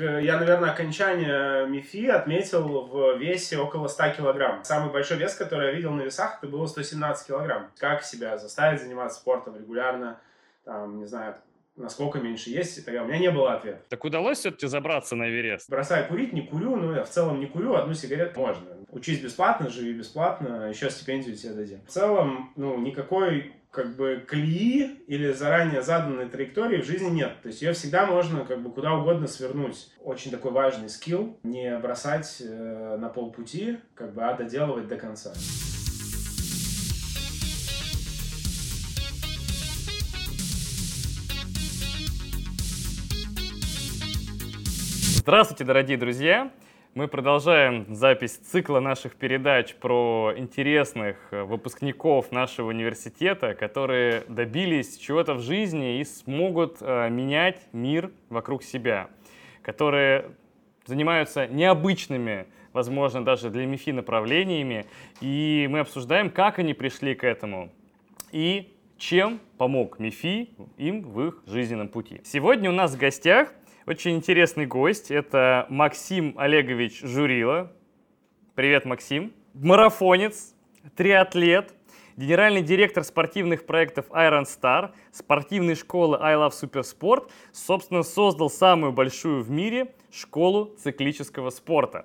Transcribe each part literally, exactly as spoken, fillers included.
э, я, наверное, окончание МИФИ отметил в весе около ста килограмм. Самый большой вес, который я видел на весах, это было сто семнадцать килограмм. Как себя заставить заниматься спортом регулярно, там, не знаю, насколько меньше есть и так далее. У меня не было ответа. Так удалось все-таки забраться на Эверест? Бросаю курить, не курю, ну, я в целом не курю, одну сигарету можно. Учись бесплатно, живи бесплатно, еще стипендию тебе дадим. В целом, ну, никакой, как бы, колеи или заранее заданной траектории в жизни нет. То есть ее всегда можно, как бы, куда угодно свернуть. Очень такой важный скилл, не бросать э, на полпути, как бы, а доделывать до конца. Здравствуйте, дорогие друзья! Мы продолжаем запись цикла наших передач про интересных выпускников нашего университета, которые добились чего-то в жизни и смогут э, менять мир вокруг себя, которые занимаются необычными, возможно, даже для МИФИ направлениями, и мы обсуждаем, как они пришли к этому и чем помог МИФИ им в их жизненном пути. Сегодня у нас в гостях очень интересный гость. Это Максим Олегович Журило. Привет, Максим. Марафонец, триатлет, генеральный директор спортивных проектов Iron Star, спортивной школы I Love Supersport. Собственно, создал самую большую в мире школу циклического спорта.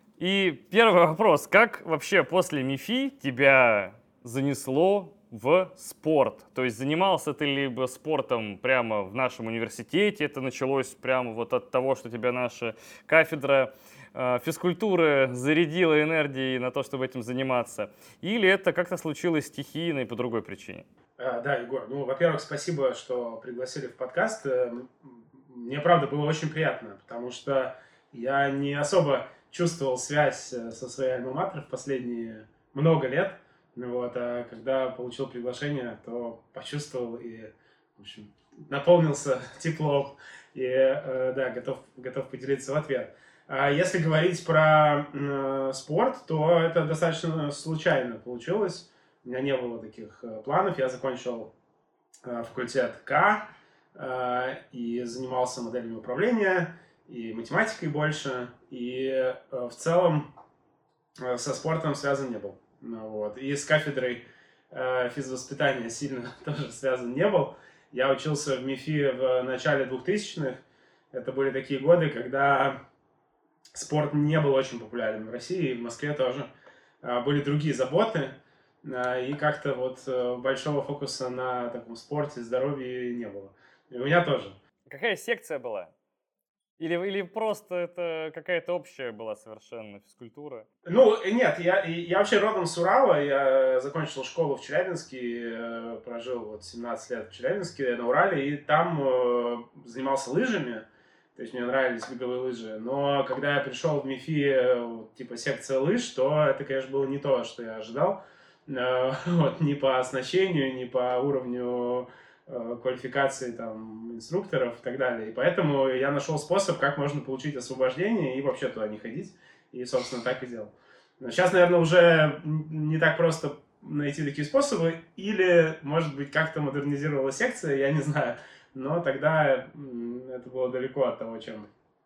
И первый вопрос. Как вообще после МИФИ тебя занесло в спорт? То есть занимался ты либо спортом прямо в нашем университете, это началось прямо вот от того, что тебя наша кафедра э, физкультуры зарядила энергией на то, чтобы этим заниматься, или это как-то случилось стихийно и по другой причине? А, да, Егор, ну, во-первых, спасибо, что пригласили в подкаст. Мне, правда, было очень приятно, потому что я не особо чувствовал связь со своей альма-матер в последние много лет. Вот, а когда получил приглашение, то почувствовал и, в общем, наполнился теплом и, э, да, готов, готов поделиться в ответ. А если говорить про э, спорт, то это достаточно случайно получилось. У меня не было таких э, планов. Я закончил э, факультет К э, и занимался моделями управления и математикой больше. И э, в целом э, со спортом связан не был. Ну, вот. И с кафедрой э, физвоспитания сильно тоже связан не был. Я учился в МИФИ в начале двухтысячных. Это были такие годы, когда спорт не был очень популярен в России, и в Москве тоже. Э, были другие заботы, э, и как-то вот э, большого фокуса на таком спорте, здоровье не было. И у меня тоже. Какая секция была? Или, или просто это какая-то общая была совершенно физкультура? Ну, нет, я, я вообще родом с Урала, я закончил школу в Челябинске, прожил вот семнадцать лет в Челябинске на Урале, и там э, занимался лыжами, то есть мне нравились беговые лыжи, но когда я пришел в МИФИ, типа секция лыж, то это, конечно, было не то, что я ожидал, э, вот, ни по оснащению, ни по уровню квалификации там, инструкторов и так далее. И поэтому я нашел способ, как можно получить освобождение и вообще туда не ходить. И, собственно, так и делал. Но сейчас, наверное, уже не так просто найти такие способы. Или, может быть, как-то модернизировала секция, я не знаю. Но тогда это было далеко от того, чем,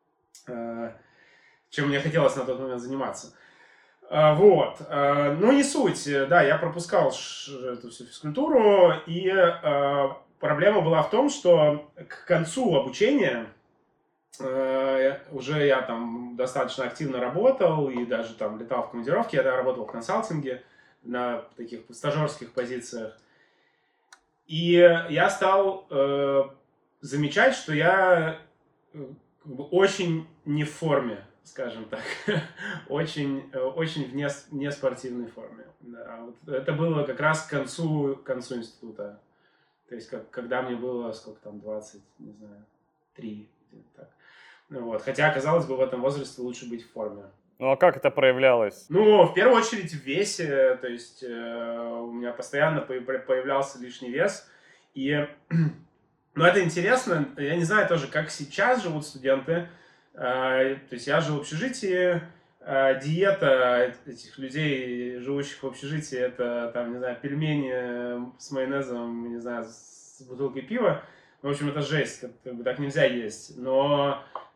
чем мне хотелось на тот момент заниматься. Вот. Ну, не суть. Да, я пропускал эту всю физкультуру, и проблема была в том, что к концу обучения э, уже я там достаточно активно работал и даже там летал в командировки. Я да, работал в консалтинге на таких стажерских позициях. И я стал э, замечать, что я э, как бы очень не в форме, скажем так. очень, очень в неспортивной форме. Да. Вот это было как раз к концу, к концу института. То есть, как, когда мне было, сколько там, двадцать, не знаю, три, так. Ну, вот. Хотя, казалось бы, в этом возрасте лучше быть в форме. Ну, а как это проявлялось? Ну, в первую очередь в весе, то есть, э, у меня постоянно появлялся лишний вес. И, ну, это интересно, я не знаю тоже, как сейчас живут студенты. Э, то есть, я жил в общежитии, э, диета этих людей, живущих в общежитии, это, там, не знаю, пельмени с майонезом, не знаю, с бутылкой пива. В общем, это жесть, как бы так нельзя есть. Но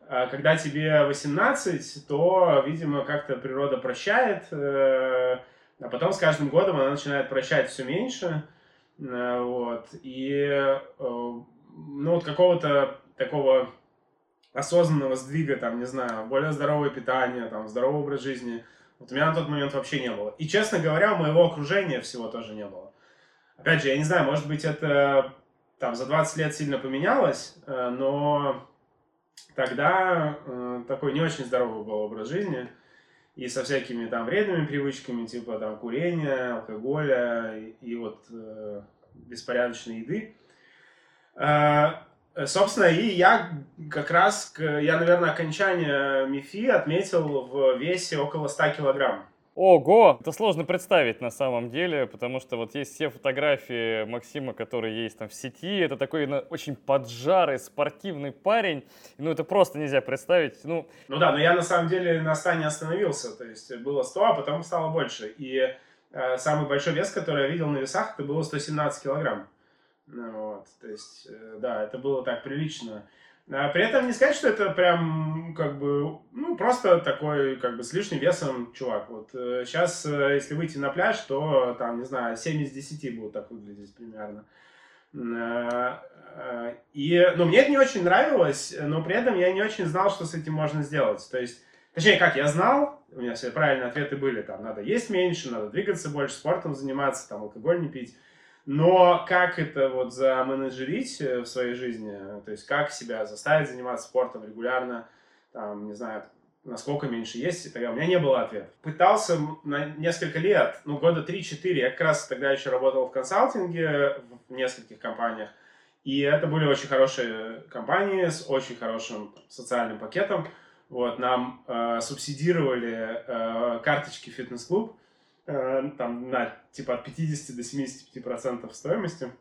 А когда тебе восемнадцать, то, видимо, как-то природа прощает, а потом с каждым годом она начинает прощать все меньше. Вот. И ну, вот какого-то такого осознанного сдвига, там, не знаю, более здоровое питание, там, здоровый образ жизни, вот у меня на тот момент вообще не было. И, честно говоря, у моего окружения всего тоже не было. Опять же, я не знаю, может быть, это там за двадцать лет сильно поменялось, но тогда такой не очень здоровый был образ жизни. И со всякими там вредными привычками, типа там курения, алкоголя и, и вот э, беспорядочной еды. Э, собственно, и я как раз, я, наверное, окончание МИФИ отметил в весе около ста килограмм. Ого! Это сложно представить на самом деле, потому что вот есть все фотографии Максима, которые есть там в сети. Это такой ну, очень поджарый, спортивный парень. Ну, это просто нельзя представить. Ну, ну да, но я на самом деле на ста не остановился. То есть было сто, а потом стало больше. И э, самый большой вес, который я видел на весах, это было сто семнадцать килограмм. Ну, вот, то есть, э, да, это было так прилично. При этом не сказать, что это прям, как бы, ну, просто такой, как бы, с лишним весом чувак. Вот сейчас, если выйти на пляж, то, там, не знаю, семь из десяти будут так выглядеть примерно. И, ну, мне это не очень нравилось, но при этом я не очень знал, что с этим можно сделать. То есть, точнее, как, я знал, у меня все правильные ответы были, там, надо есть меньше, надо двигаться больше, спортом заниматься, там, алкоголь не пить. Но как это вот заменеджерить в своей жизни, то есть как себя заставить заниматься спортом регулярно, там, не знаю, насколько меньше есть и так далее, у меня не было ответа. Пытался на несколько лет, ну, года три-четыре, я как раз тогда еще работал в консалтинге в нескольких компаниях, и это были очень хорошие компании с очень хорошим социальным пакетом. Вот, нам э, субсидировали э, карточки фитнес-клуб, там на типа от пятидесяти до семидесяти пяти процентов стоимости.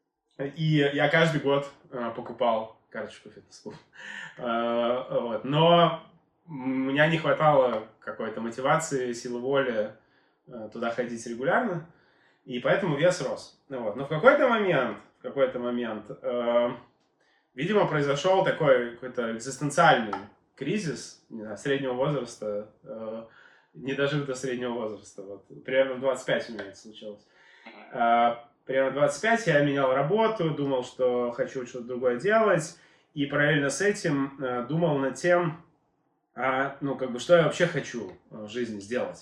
И я каждый год э, покупал карточку фитнес-клуб. Э, вот. Но у меня не хватало какой-то мотивации, силы воли э, туда ходить регулярно. И поэтому вес рос. Вот. Но в какой-то момент, в какой-то момент, э, видимо, произошел такой какой-то экзистенциальный кризис, не знаю, среднего возраста, э, не дожив до среднего возраста. Вот. Примерно в двадцать пять у меня это случилось. А, примерно в двадцать пять я менял работу, думал, что хочу что-то другое делать. И параллельно с этим а, думал над тем, а, ну, как бы, что я вообще хочу в жизни сделать.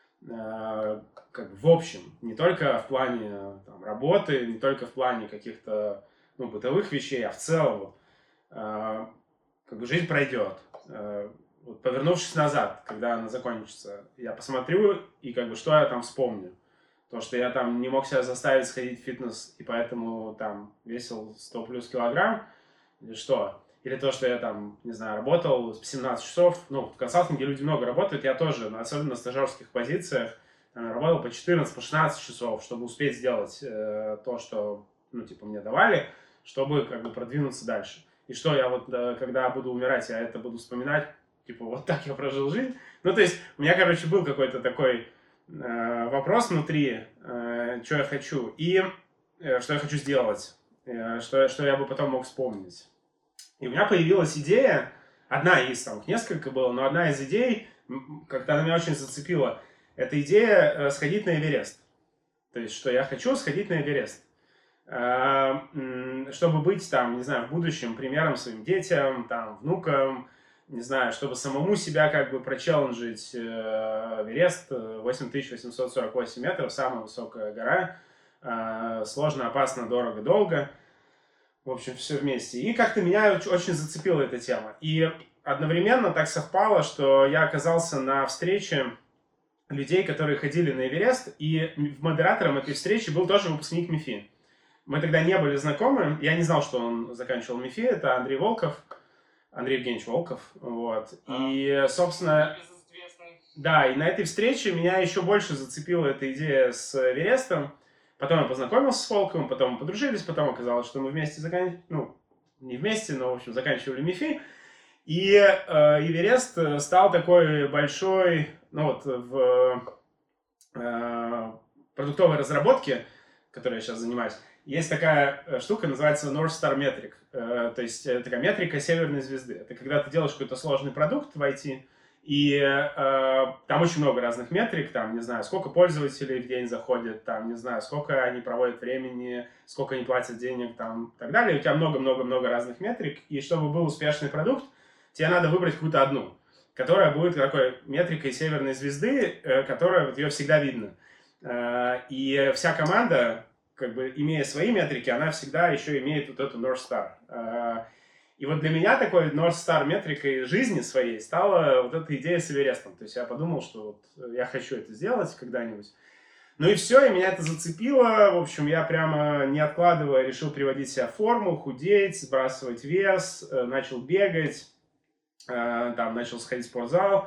А, как бы, в общем, не только в плане там, работы, не только в плане каких-то ну, бытовых вещей, а в целом. Вот, а, как бы, жизнь пройдет. А, Вот, повернувшись назад, когда она закончится, я посмотрю и как бы что я там вспомню. То, что я там не мог себя заставить сходить в фитнес и поэтому там весил сто плюс килограмм, или что? Или то, что я там, не знаю, работал семнадцать часов, ну, в консалтинге люди много работают, я тоже, особенно на стажерских позициях, там, работал по четырнадцать, по шестнадцать часов, чтобы успеть сделать э, то, что, ну, типа, мне давали, чтобы как бы продвинуться дальше. И что я вот, э, когда буду умирать, я это буду вспоминать, типа, вот так я прожил жизнь. Ну, то есть, у меня, короче, был какой-то такой э, вопрос внутри, э, что я хочу и э, что я хочу сделать, э, что, что я бы потом мог вспомнить. И у меня появилась идея, одна из, там, несколько было, но одна из идей, как-то она меня очень зацепила, это идея э, сходить на Эверест. То есть, что я хочу сходить на Эверест. Э, чтобы быть, там, не знаю, в будущем примером своим детям, там, внукам, не знаю, чтобы самому себя как бы прочелленджить. Эверест, восемь тысяч восемьсот сорок восемь метров, самая высокая гора, сложно, опасно, дорого, долго, в общем, все вместе. И как-то меня очень зацепила эта тема. И одновременно так совпало, что я оказался на встрече людей, которые ходили на Эверест, и модератором этой встречи был тоже выпускник МИФИ. Мы тогда не были знакомы, я не знал, что он заканчивал МИФИ, это Андрей Волков, Андрей Евгеньевич Волков, вот, а, и, собственно, да, и на этой встрече меня еще больше зацепила эта идея с Эверестом, потом я познакомился с Волковым, потом мы подружились, потом оказалось, что мы вместе заканчивали, ну, не вместе, но, в общем, заканчивали МИФИ, и э, Эверест стал такой большой, ну, вот, в э, продуктовой разработке, которой я сейчас занимаюсь, есть такая штука, называется North Star Metric. То есть такая метрика северной звезды. Это когда ты делаешь какой-то сложный продукт в ай ти, и э, там очень много разных метрик, там, не знаю, сколько пользователей в день заходит, там, не знаю, сколько они проводят времени, сколько они платят денег, там, и так далее. У тебя много-много-много разных метрик, и чтобы был успешный продукт, тебе надо выбрать какую-то одну, которая будет такой метрикой северной звезды, э, которая, вот ее всегда видно. Э, и вся команда, как бы, имея свои метрики, она всегда еще имеет вот эту North Star. Э, И вот для меня такой North Star метрикой жизни своей стала вот эта идея с Эверестом. То есть я подумал, что вот я хочу это сделать когда-нибудь. Ну и все, и меня это зацепило. В общем, я прямо не откладывая решил приводить себя в форму, худеть, сбрасывать вес, начал бегать, там начал сходить в спортзал.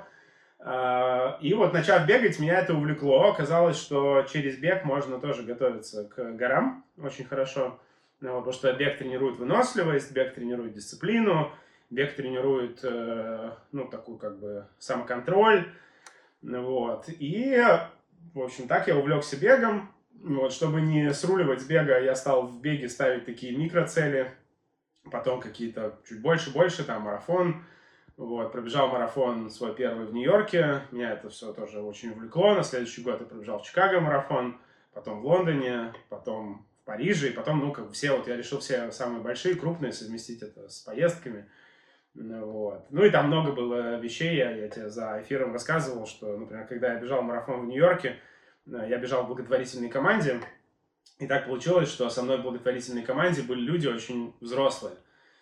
И вот, начав бегать, меня это увлекло. Оказалось, что через бег можно тоже готовиться к горам очень хорошо. Ну, потому что бег тренирует выносливость, бег тренирует дисциплину, бег тренирует, э, ну, такую, как бы, самоконтроль, вот. И, в общем, так я увлекся бегом. Вот, чтобы не сруливать с бега, я стал в беге ставить такие микроцели, потом какие-то чуть больше-больше, там, марафон. Вот, пробежал марафон свой первый в Нью-Йорке, меня это все тоже очень увлекло. На следующий год я пробежал в Чикаго марафон, потом в Лондоне, потом в Париже, и потом, ну, как бы все, вот я решил все самые большие, крупные совместить это с поездками. Вот. Ну и там много было вещей, я, я тебе за эфиром рассказывал, что, например, когда я бежал марафон в Нью-Йорке, я бежал в благотворительной команде, и так получилось, что со мной в благотворительной команде были люди очень взрослые.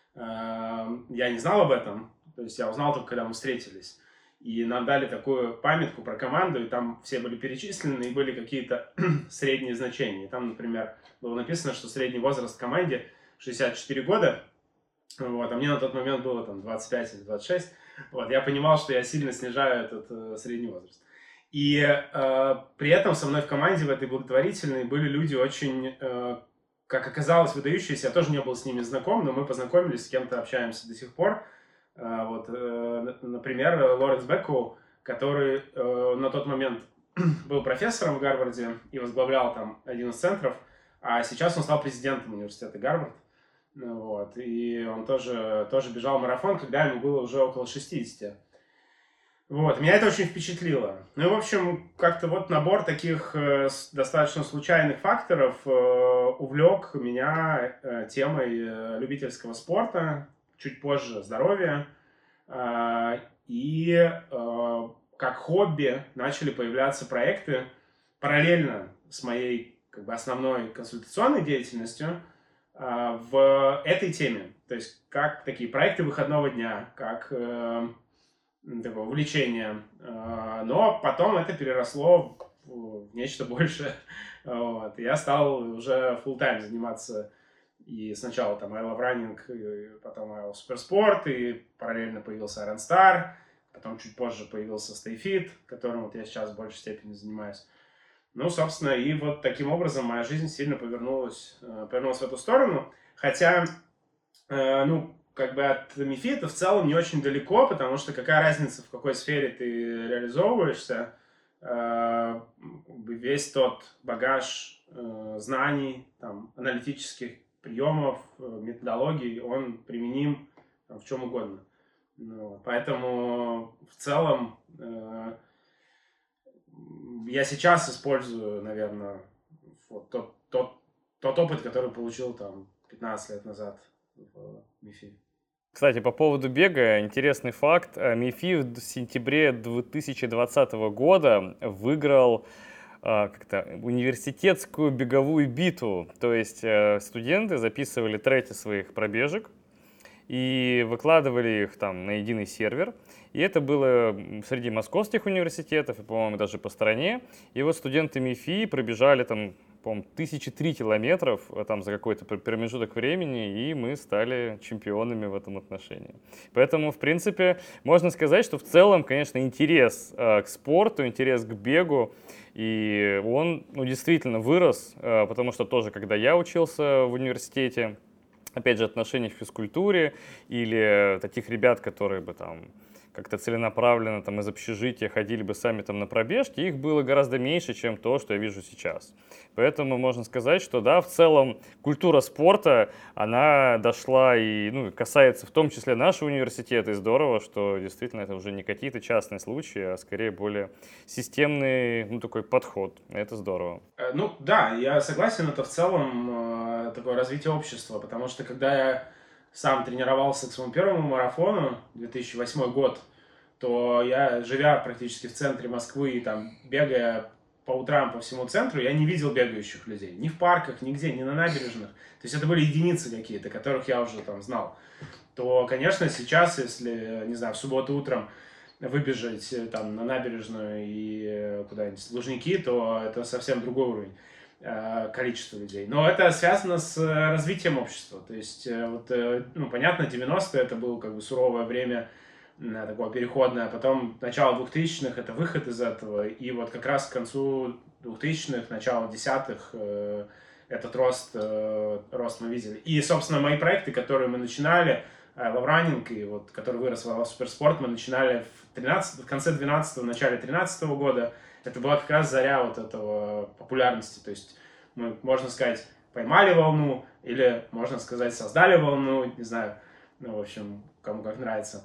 Я не знал об этом, то есть я узнал только, когда мы встретились. И нам дали такую памятку про команду, и там все были перечислены, и были какие-то средние значения. И там, например, было написано, что средний возраст в команде шестьдесят четыре года, вот, а мне на тот момент было там двадцать пять или двадцать шесть. Вот, я понимал, что я сильно снижаю этот э, средний возраст. И э, при этом со мной в команде, в этой благотворительной, были люди очень, э, как оказалось, выдающиеся. Я тоже не был с ними знаком, но мы познакомились, с кем-то общаемся до сих пор. Uh, вот, uh, например, Лоренс Бекку, который uh, на тот момент был профессором в Гарварде и возглавлял там один из центров, а сейчас он стал президентом университета Гарвард. Вот, и он тоже, тоже бежал марафон, когда ему было уже около шестидесяти. Вот, меня это очень впечатлило. Ну и, в общем, как-то вот набор таких э, достаточно случайных факторов э, увлек меня э, темой э, любительского спорта, чуть позже здоровья, и как хобби начали появляться проекты параллельно с моей, как бы, основной консультационной деятельностью в этой теме. То есть как такие проекты выходного дня, как такое увлечение. Но потом это переросло в нечто большее. Вот. Я стал уже full-time заниматься. И сначала там I Love Running, и потом I Love Supersport, и параллельно появился Iron Star, потом чуть позже появился Stay Fit, которым вот я сейчас в большей степени занимаюсь. Ну, собственно, и вот таким образом моя жизнь сильно повернулась, повернулась в эту сторону. Хотя, ну, как бы от МИФИ-то в целом не очень далеко, потому что какая разница, в какой сфере ты реализовываешься, весь тот багаж знаний, там, аналитических приемов, методологий, он применим там, в чем угодно. Ну, поэтому в целом э, я сейчас использую, наверное, вот тот, тот, тот опыт, который получил там пятнадцать лет назад в МИФИ. Кстати, по поводу бега, интересный факт. МИФИ в сентябре две тысячи двадцатого года выиграл как-то университетскую беговую битву. То есть студенты записывали треки своих пробежек и выкладывали их там на единый сервер. И это было среди московских университетов и, по-моему, даже по стране. И вот студенты МИФИ пробежали там, по-моему, тысячи три километров там, за какой-то промежуток времени, и мы стали чемпионами в этом отношении. Поэтому, в принципе, можно сказать, что в целом, конечно, интерес э, к спорту, интерес к бегу, и он, ну, действительно вырос, э, потому что тоже, когда я учился в университете, опять же, отношение к физкультуре или таких ребят, которые бы там как-то целенаправленно там из общежития ходили бы сами там на пробежки, их было гораздо меньше, чем то, что я вижу сейчас. Поэтому можно сказать, что да, в целом культура спорта, она дошла и ну, касается в том числе нашего университета, и здорово, что действительно это уже не какие-то частные случаи, а скорее более системный ну, такой подход. Это здорово. Ну да, я согласен, это в целом э, такое развитие общества, потому что когда я сам тренировался к своему первому марафону, две тысячи восьмой год, то я, живя практически в центре Москвы и там бегая по утрам по всему центру, я не видел бегающих людей. Ни в парках, нигде, ни на набережных. То есть это были единицы какие-то, которых я уже там знал. То, конечно, сейчас, если, не знаю, в субботу утром выбежать там на набережную и куда-нибудь в Лужники, то это совсем другой уровень количества людей. Но это связано с развитием общества. То есть, вот, ну, понятно, девяностые это было как бы суровое время, такое переходное, а потом начало двухтысячных это выход из этого, и вот как раз к концу двухтысячных, начало десятых этот рост, рост мы видели. И, собственно, мои проекты, которые мы начинали, Love Running, и вот, который вырос в Суперспорт, мы начинали в, тринадцатом, в конце двенадцатого, начале тринадцатого года. Это была как раз заря вот этого популярности. То есть мы, можно сказать, поймали волну, или, можно сказать, создали волну, не знаю, ну, в общем, кому как нравится.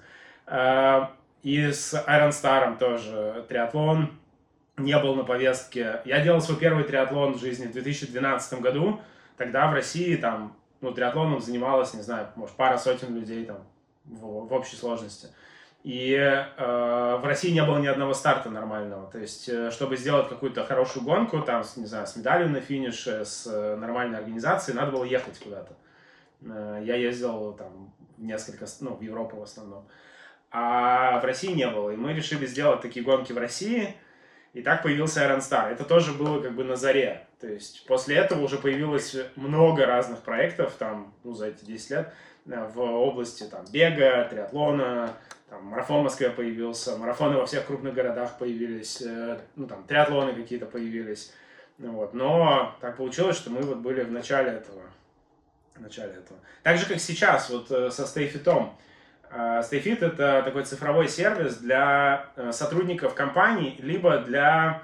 И с Iron Star'ом тоже триатлон не был на повестке. Я делал свой первый триатлон в жизни в две тысячи двенадцатом году. Тогда в России там, ну, триатлоном занималось, не знаю, может, пара сотен людей там в, в общей сложности. И э, в России не было ни одного старта нормального. То есть, э, чтобы сделать какую-то хорошую гонку, там, не знаю, с медалью на финише, с э, нормальной организацией, надо было ехать куда-то. Э, я ездил там в несколько, ну, в Европу в основном. А в России не было. И мы решили сделать такие гонки в России. И так появился Iron Star. Это тоже было как бы на заре. То есть после этого уже появилось много разных проектов там, ну, за эти десять лет в области там, бега, триатлона. Там, марафон в Москве появился, марафоны во всех крупных городах появились, ну, там, триатлоны какие-то появились. Вот. Но так получилось, что мы вот были в начале этого. В начале этого. Так же, как сейчас, вот со StayFit. StayFit — это такой цифровой сервис для сотрудников компаний, либо для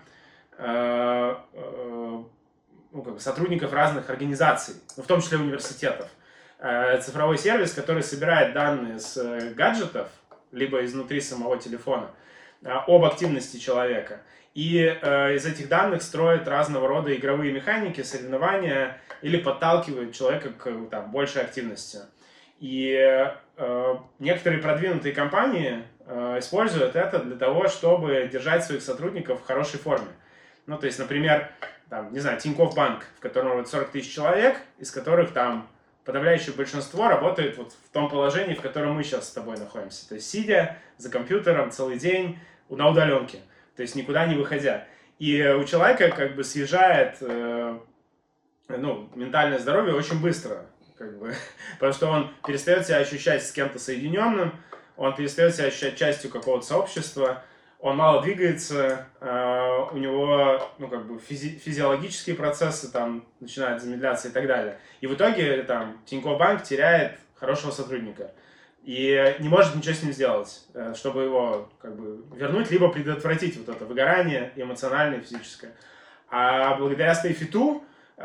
э, э, ну, как бы сотрудников разных организаций, в том числе университетов. Э, цифровой сервис, который собирает данные с гаджетов, либо изнутри самого телефона, э, об активности человека. И э, из этих данных строит разного рода игровые механики, соревнования или подталкивает человека к там, большей активности. И э, некоторые продвинутые компании э, используют это для того, чтобы держать своих сотрудников в хорошей форме. Ну, то есть, например, там, не знаю, Тинькофф Банк, в котором вот сорок тысяч человек, из которых там подавляющее большинство работает вот в том положении, в котором мы сейчас с тобой находимся. То есть, сидя за компьютером целый день на удаленке, то есть, никуда не выходя. И у человека как бы съезжает э, ну, ментальное здоровье очень быстро. Как бы, потому что он перестает себя ощущать с кем-то соединенным, он перестает себя ощущать частью какого-то сообщества, он мало двигается, э, у него ну, как бы физи- физиологические процессы там, начинают замедляться и так далее. И в итоге там, Тинькофф Банк теряет хорошего сотрудника и не может ничего с ним сделать, э, чтобы его как бы, вернуть, либо предотвратить вот это выгорание эмоциональное и физическое. А благодаря StayFit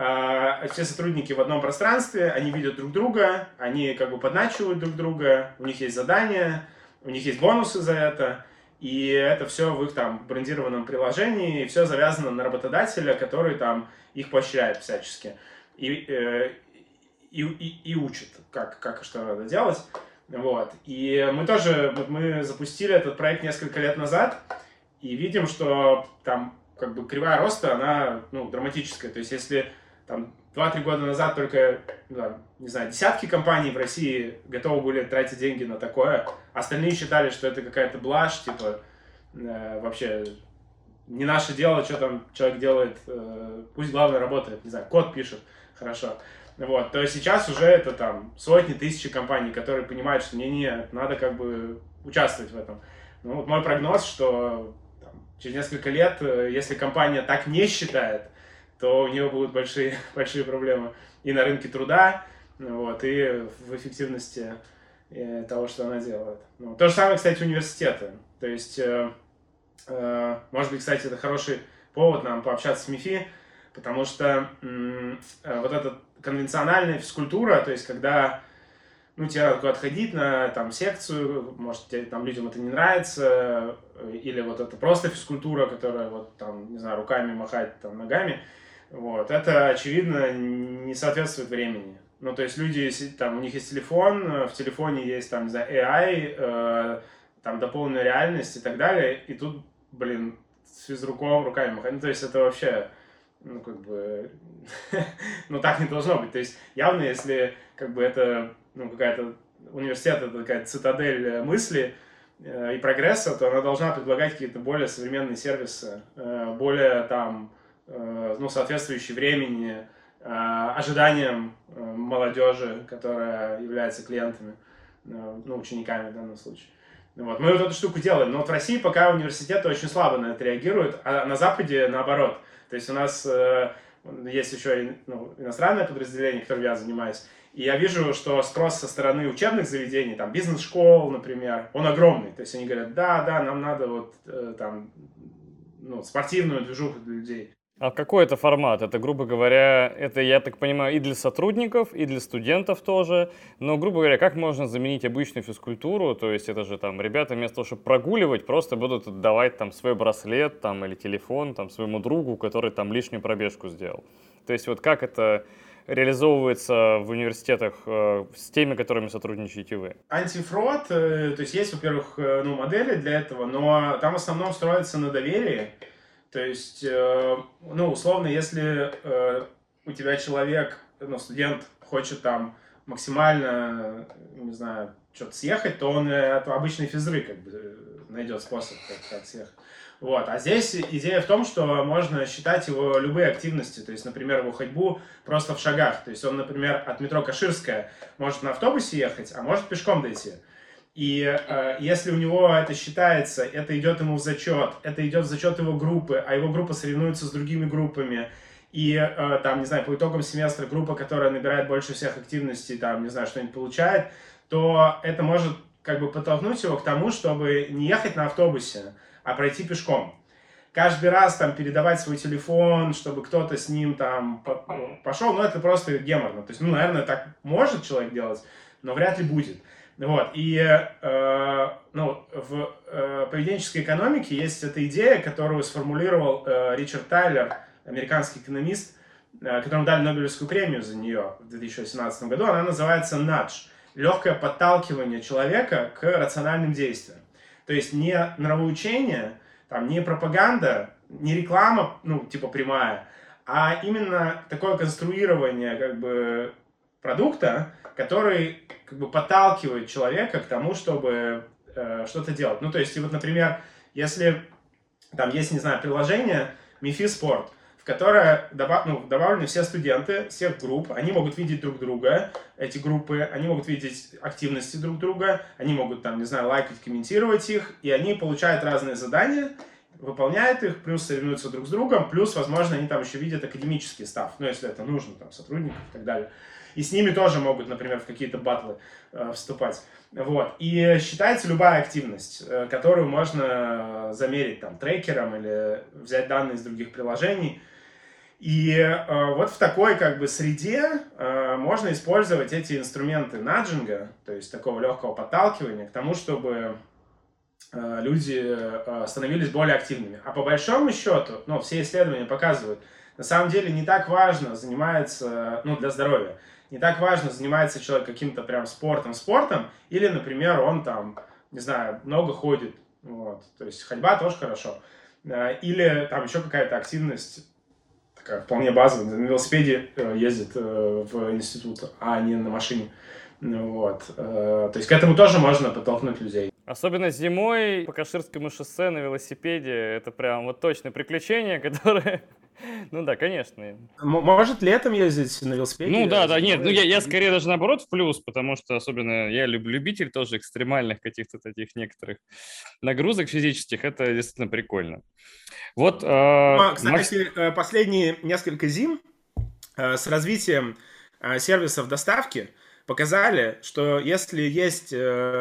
все сотрудники в одном пространстве, они видят друг друга, они как бы подначивают друг друга, у них есть задания, у них есть бонусы за это, и это все в их там брендированном приложении, и все завязано на работодателя, который там их поощряет всячески и, э, и, и, и учит, как, как и что надо делать. Вот. И мы тоже, мы запустили этот проект несколько лет назад, и видим, что там как бы кривая роста, она, ну, драматическая. То есть, если там два-три года назад только, да, не знаю, десятки компаний в России готовы были тратить деньги на такое, остальные считали, что это какая-то блажь, типа, э, вообще не наше дело, что там человек делает, э, пусть главное работает, не знаю, код пишет, хорошо. Вот, то есть сейчас уже это там сотни, тысячи компаний, которые понимают, что не-не, надо как бы участвовать в этом. Ну, вот мой прогноз, что через несколько лет, если компания так не считает, то у нее будут большие, большие проблемы и на рынке труда, вот, и в эффективности э, того, что она делает. Ну, то же самое, кстати, университеты. То есть, э, э, может быть, кстати, это хороший повод нам пообщаться с МИФИ, потому что э, вот эта конвенциональная физкультура, то есть, когда ну, тебе надо куда-то ходить на там, секцию, может, тебе, там, людям это не нравится, или вот это просто физкультура, которая, вот, там, не знаю, руками махать, там, ногами, вот, это, очевидно, не соответствует времени. Ну, то есть люди, там, у них есть телефон, в телефоне есть, там, не знаю, эй ай, э, там, дополненная реальность и так далее, и тут, блин, с физруком, руками махать, ну, то есть это вообще, ну, как бы, ну, так не должно быть. То есть явно, если, как бы, это ну, какая-то университет, это такая цитадель мысли э, и прогресса, то она должна предлагать какие-то более современные сервисы, э, более там, э, ну, соответствующие времени, э, ожиданиям э, молодежи, которая является клиентами, э, ну, учениками в данном случае. Вот. Мы вот эту штуку делаем, но вот в России пока университеты очень слабо на это реагируют, а на Западе наоборот. То есть у нас э, есть еще ну, иностранное подразделение, которым я занимаюсь, и я вижу, что спрос со стороны учебных заведений, там, бизнес-школ, например, он огромный. То есть они говорят, да, да, нам надо вот э, там, ну, спортивную движуху для людей. А какой это формат? Это, грубо говоря, это, я так понимаю, и для сотрудников, и для студентов тоже. Но, грубо говоря, как можно заменить обычную физкультуру? То есть это же там ребята вместо того, чтобы прогуливать, просто будут отдавать там свой браслет там, или телефон там, своему другу, который там лишнюю пробежку сделал. То есть вот как это реализовывается в университетах э, с теми, которыми сотрудничаете вы? Антифрод, э, то есть есть, во-первых, э, ну, модели для этого, но там в основном строится на доверии. То есть, э, ну, условно, если э, у тебя человек, ну, студент хочет там максимально, не знаю, что-то съехать, то он э, обычной физры как бы найдет способ, как, как съехать. Вот. А здесь идея в том, что можно считать его любые активности, то есть, например, его ходьбу просто в шагах. То есть он, например, от метро Каширская может на автобусе ехать, а может пешком дойти. И э, если у него это считается, это идет ему в зачет, это идет в зачет его группы, а его группа соревнуется с другими группами, и э, там, не знаю, по итогам семестра группа, которая набирает больше всех активностей, там, не знаю, что-нибудь получает, то это может как бы подтолкнуть его к тому, чтобы не ехать на автобусе, а пройти пешком. Каждый раз там передавать свой телефон, чтобы кто-то с ним там пошел, ну это просто геморно. То есть, ну, наверное, так может человек делать, но вряд ли будет. Вот. И э, ну, в э, поведенческой экономике есть эта идея, которую сформулировал э, Ричард Тайлер, американский экономист, э, которому дали Нобелевскую премию за нее в две тысячи восемнадцатом году. Она называется nudge. Легкое подталкивание человека к рациональным действиям. То есть не нравоучение, там, не пропаганда, не реклама, ну, типа прямая, а именно такое конструирование как бы продукта, который как бы подталкивает человека к тому, чтобы э, что-то делать. Ну, то есть, и вот, например, если там есть, не знаю, приложение МИФИ Спорт, в которое добав, ну, добавлены все студенты всех групп, они могут видеть друг друга, эти группы, они могут видеть активности друг друга, они могут, там, не знаю, лайкать, комментировать их, и они получают разные задания, выполняют их, плюс соревнуются друг с другом, плюс, возможно, они там еще видят академический став, ну, если это нужно, там, сотрудников и так далее. И с ними тоже могут, например, в какие-то батлы э, вступать. Вот. И считается любая активность, э, которую можно замерить там, трекером или взять данные из других приложений. И э, вот в такой как бы среде э, можно использовать эти инструменты наджинга, то есть такого легкого подталкивания, к тому, чтобы э, люди э, становились более активными. А по большому счету, ну, все исследования показывают, на самом деле не так важно занимается, ну, для здоровья, не так важно, занимается человек каким-то прям спортом-спортом, или, например, он там, не знаю, много ходит, вот, то есть ходьба тоже хорошо, или там еще какая-то активность, такая вполне базовая, на велосипеде ездит в институт, а не на машине, вот, то есть к этому тоже можно подтолкнуть людей. Особенно зимой по Каширскому шоссе на велосипеде, это прям вот точно приключение, которое... Ну да, конечно. Может летом ездить на велосипеде? Ну да, да, нет, ну я, я скорее даже наоборот в плюс, потому что особенно я люб, любитель тоже экстремальных каких-то таких некоторых нагрузок физических, это действительно прикольно. Вот, э, кстати, Макс... последние несколько зим э, с развитием э, сервисов доставки показали, что если есть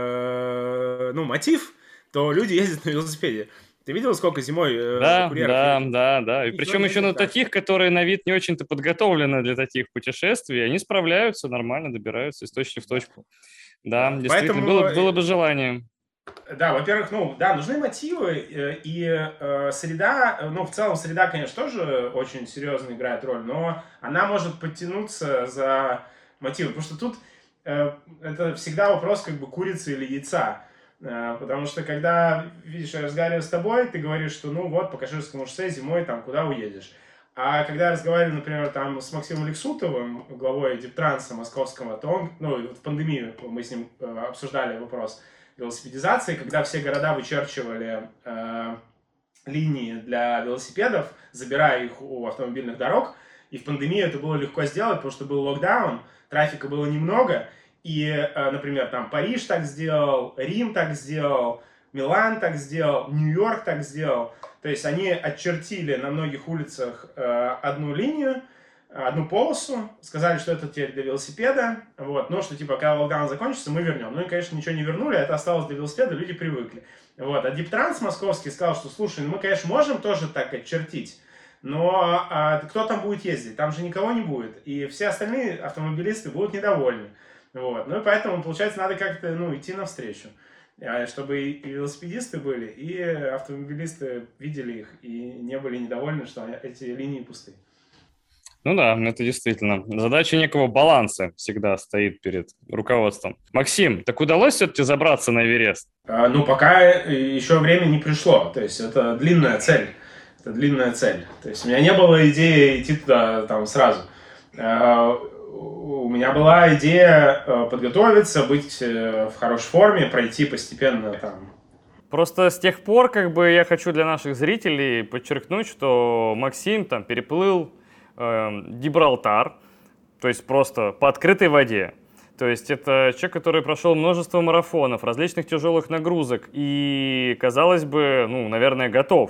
э, ну, мотив, то люди ездят на велосипеде. Ты видел, сколько зимой э, Да, курьеров да, едет? да, да. И Никто причем еще ездит на так. таких, которые на вид не очень-то подготовлены для таких путешествий, они справляются, нормально добираются из точки в точку. Да, Да. действительно, Поэтому, было, было бы э, желание. да, во-первых, ну, да, нужны мотивы, э, и э, среда, э, ну, в целом среда, конечно, тоже очень серьезно играет роль, но она может подтянуться за мотивы, потому что тут э, это всегда вопрос как бы курицы или яйца, Э, потому что когда, видишь, я разговариваю с тобой, ты говоришь, что, ну, вот, по Каширскому шоссе зимой там куда уедешь. А когда я разговариваю, например, там с Максимом Лексутовым, главой Диптранса московского, то он, ну, в пандемию мы с ним э, обсуждали вопрос велосипедизации, когда все города вычерчивали э, линии для велосипедов, забирая их у автомобильных дорог. И в пандемию это было легко сделать, потому что был локдаун, трафика было немного. И, э, например, там Париж так сделал, Рим так сделал, Милан так сделал, Нью-Йорк так сделал. То есть они очертили на многих улицах э, одну линию, одну полосу, сказали, что это теперь для велосипеда, вот, но что, типа, когда локдаун закончится, мы вернем. Ну и, конечно, ничего не вернули, это осталось для велосипеда, люди привыкли. Вот, а Диптранс московский сказал, что, слушай, ну мы, конечно, можем тоже так очертить, но а, кто там будет ездить? Там же никого не будет, и все остальные автомобилисты будут недовольны. Вот, ну и поэтому, получается, надо как-то, ну, идти навстречу, чтобы и велосипедисты были, и автомобилисты видели их, и не были недовольны, что эти линии пусты. Ну да, это действительно. Задача некого баланса всегда стоит перед руководством. Максим, так удалось все-таки забраться на Эверест? А, ну, пока еще время не пришло. То есть это длинная цель. Это длинная цель. То есть у меня не было идеи идти туда там сразу. А, у меня была идея подготовиться, быть в хорошей форме, пройти постепенно там. Просто с тех пор, как бы, я хочу для наших зрителей подчеркнуть, что Максим там переплыл Гибралтар, то есть просто по открытой воде. То есть это человек, который прошел множество марафонов, различных тяжелых нагрузок и, казалось бы, ну, наверное, готов.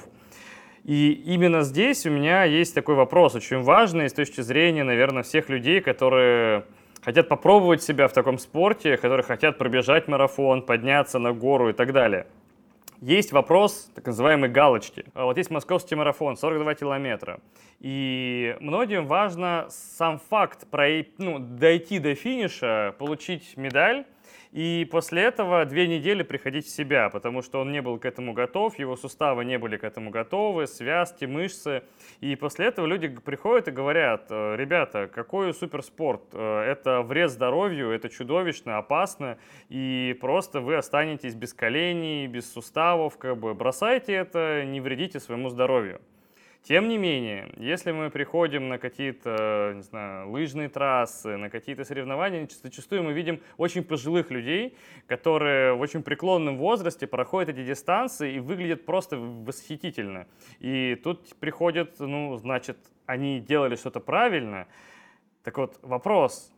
И именно здесь у меня есть такой вопрос, очень важный с точки зрения, наверное, всех людей, которые хотят попробовать себя в таком спорте, которые хотят пробежать марафон, подняться на гору и так далее. Есть вопрос так называемой галочки. Вот есть московский марафон, сорок два километра. И многим важно сам факт про, ну, дойти до финиша, получить медаль, и после этого две недели приходить в себя, потому что он не был к этому готов, его суставы не были к этому готовы, связки, мышцы. И после этого люди приходят и говорят: ребята, какой суперспорт, это вред здоровью, это чудовищно, опасно, и просто вы останетесь без коленей, без суставов, как бы бросайте это, не вредите своему здоровью. Тем не менее, если мы приходим на какие-то, не знаю, лыжные трассы, на какие-то соревнования, зачастую мы видим очень пожилых людей, которые в очень преклонном возрасте проходят эти дистанции и выглядят просто восхитительно. И тут приходят, ну, значит, они делали что-то правильно. Так вот, вопрос,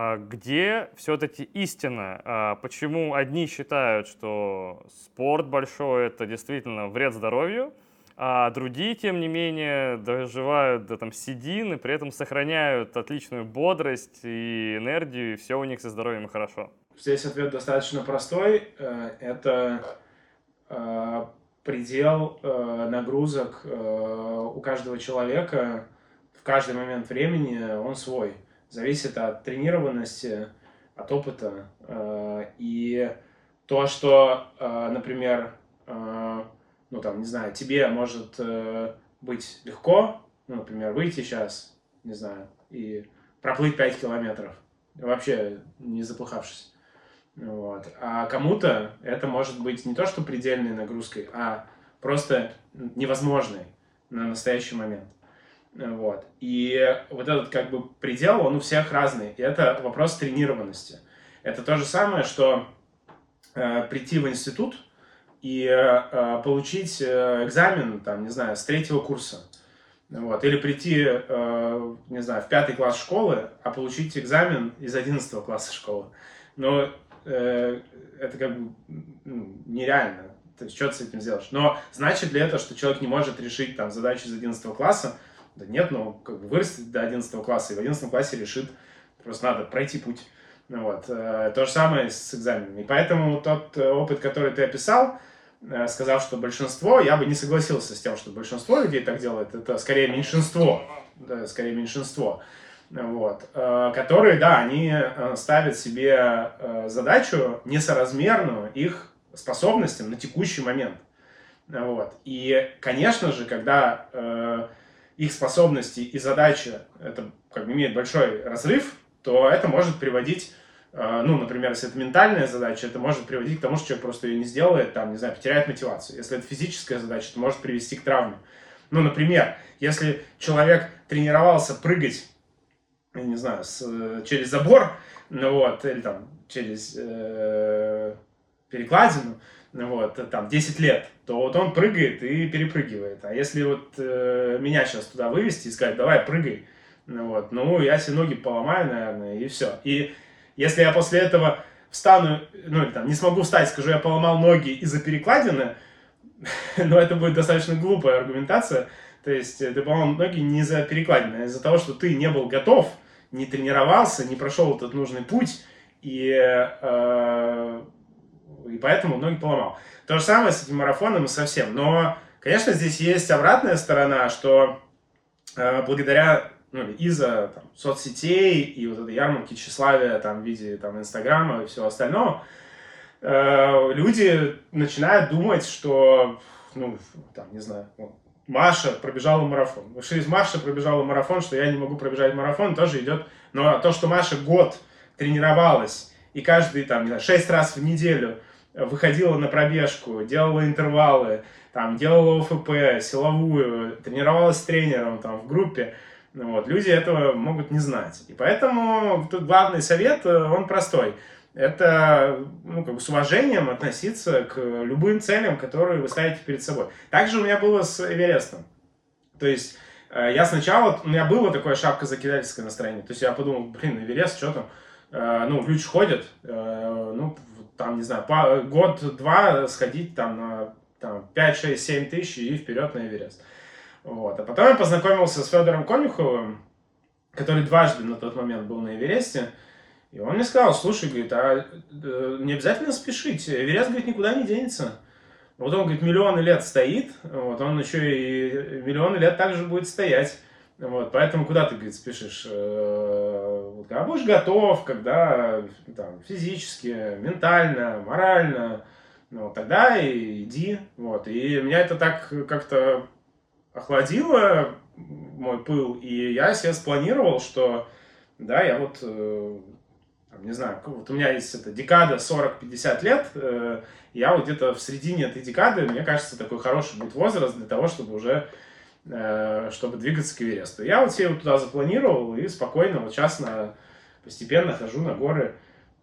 где все-таки истина? Почему одни считают, что спорт большой – это действительно вред здоровью, а другие, тем не менее, доживают до там седин и при этом сохраняют отличную бодрость и энергию, и все у них со здоровьем хорошо? Здесь ответ достаточно простой. Это предел нагрузок у каждого человека в каждый момент времени, он свой. Зависит от тренированности, от опыта. И то, что, например, ну, там, не знаю, тебе может э, быть легко, ну, например, выйти сейчас, не знаю, и проплыть пять километров, вообще не запыхавшись. Вот. А кому-то это может быть не то, что предельной нагрузкой, а просто невозможной на настоящий момент. Вот. И вот этот, как бы, предел, он у всех разный. И это вопрос тренированности. Это то же самое, что э, прийти в институт и э, получить экзамен, там, не знаю, с третьего курса. Вот. Или прийти, э, не знаю, в пятый класс школы, а получить экзамен из одиннадцатого класса школы. Но э, это как бы ну, нереально. То есть, что ты с этим сделаешь? Но значит ли это, что человек не может решить там задачу из одиннадцатого класса? Да нет, ну, как бы вырастет до одиннадцатого класса, и в одиннадцатом классе решит, просто надо пройти путь. Вот. То же самое с экзаменами. И поэтому тот опыт, который ты описал, сказав, что большинство, я бы не согласился с тем, что большинство людей так делает. Это скорее меньшинство. Да, скорее меньшинство. Вот. Которые, да, они ставят себе задачу несоразмерную их способностям на текущий момент. Вот. И, конечно же, когда э, их способности и задачи это, как бы, имеют большой разрыв, то это может приводить, э, ну, например, если это ментальная задача, это может приводить к тому, что человек просто ее не сделает, там, не знаю, потеряет мотивацию. Если это физическая задача, это может привести к травме. Ну, например, если человек тренировался прыгать, я не знаю, с, через забор, ну, вот, или там через э, перекладину, вот, там, десять лет, то вот он прыгает и перепрыгивает. А если вот э, меня сейчас туда вывести и сказать, давай, прыгай, ну, вот, ну, я себе ноги поломаю, наверное, и все. И если я после этого встану, ну, или там, не смогу встать, скажу, я поломал ноги из-за перекладины, но это будет достаточно глупая аргументация. То есть ты поломал ноги не из-за перекладины, а из-за того, что ты не был готов, не тренировался, не прошел этот нужный путь, и... Э, и поэтому ноги поломал. То же самое с этим марафоном и совсем. Но, конечно, здесь есть обратная сторона, что э, благодаря, ну, из-за там, соцсетей и вот этой ярмарки тщеславия там, в виде там, Инстаграма и всего остального, э, люди начинают думать, что, ну, там, не знаю, Маша пробежала марафон. Что из Маши пробежала марафон, что я не могу пробежать марафон, тоже идет. Но то, что Маша год тренировалась и каждый, там, не знаю, шесть раз в неделю выходила на пробежку, делала интервалы, там, делала ОФП, силовую, тренировалась с тренером там, в группе. Вот. Люди этого могут не знать. И поэтому тут главный совет, он простой. Это, ну, как бы с уважением относиться к любым целям, которые вы ставите перед собой. Также у меня было с Эверестом. То есть я сначала, у меня было такое шапкозакидательское настроение. То есть я подумал, блин, Эверест, что там? Ну, люди ходят, ну, там, не знаю, год-два сходить там на там, пять, шесть, семь тысяч и вперед на Эверест. Вот. А потом я познакомился с Федором Конюховым, который дважды на тот момент был на Эвересте. И он мне сказал, слушай, говорит, а не обязательно спешить, Эверест, говорит, никуда не денется. Вот он, говорит, миллионы лет стоит, вот, он еще и миллионы лет также будет стоять. Вот, поэтому куда ты, говорит, спешишь? Вот, когда будешь готов, когда там, физически, ментально, морально, ну, тогда и иди. Вот. И меня это так как-то охладило, мой пыл, и я себе спланировал, что да, я вот, не знаю, вот у меня есть эта декада сорок-пятьдесят лет, я вот где-то в середине этой декады, мне кажется, такой хороший будет возраст для того, чтобы уже чтобы двигаться к Эвересту. Я вот себе вот туда запланировал и спокойно, вот сейчас на, постепенно хожу на горы,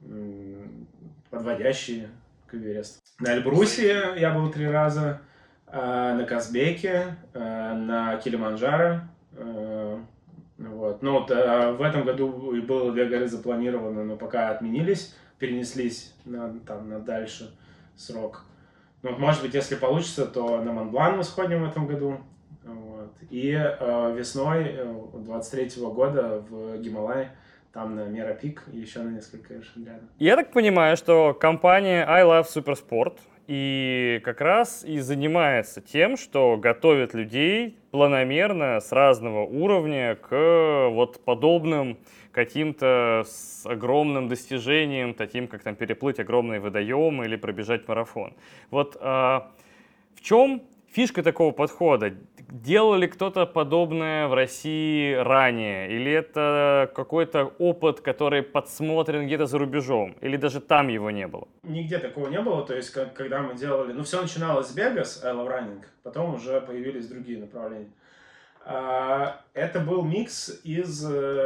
подводящие к Эвересту. На Эльбрусе я был три раза, на Казбеке, на Килиманджаро. Вот. Ну, вот, в этом году было две горы запланировано, но пока отменились, перенеслись на, там, на дальше срок. Ну, вот, может быть, если получится, то на Монблан мы сходим в этом году. Вот. И э, весной двадцать третьего года в Гималай, там на Мера Пик и еще на несколько вершин рядом. Я так понимаю, что компания I Love Supersport и как раз и занимается тем, что готовит людей планомерно с разного уровня к вот подобным каким-то с огромным достижением, таким как там переплыть огромные водоемы или пробежать марафон. Вот а, в чем фишка такого подхода? Делал ли кто-то подобное в России ранее? Или это какой-то опыт, который подсмотрен где-то за рубежом? Или даже там его не было? Нигде такого не было. То есть, как, когда мы делали... Ну, все начиналось с бега, с I Love Running. Потом уже появились другие направления. Это был микс из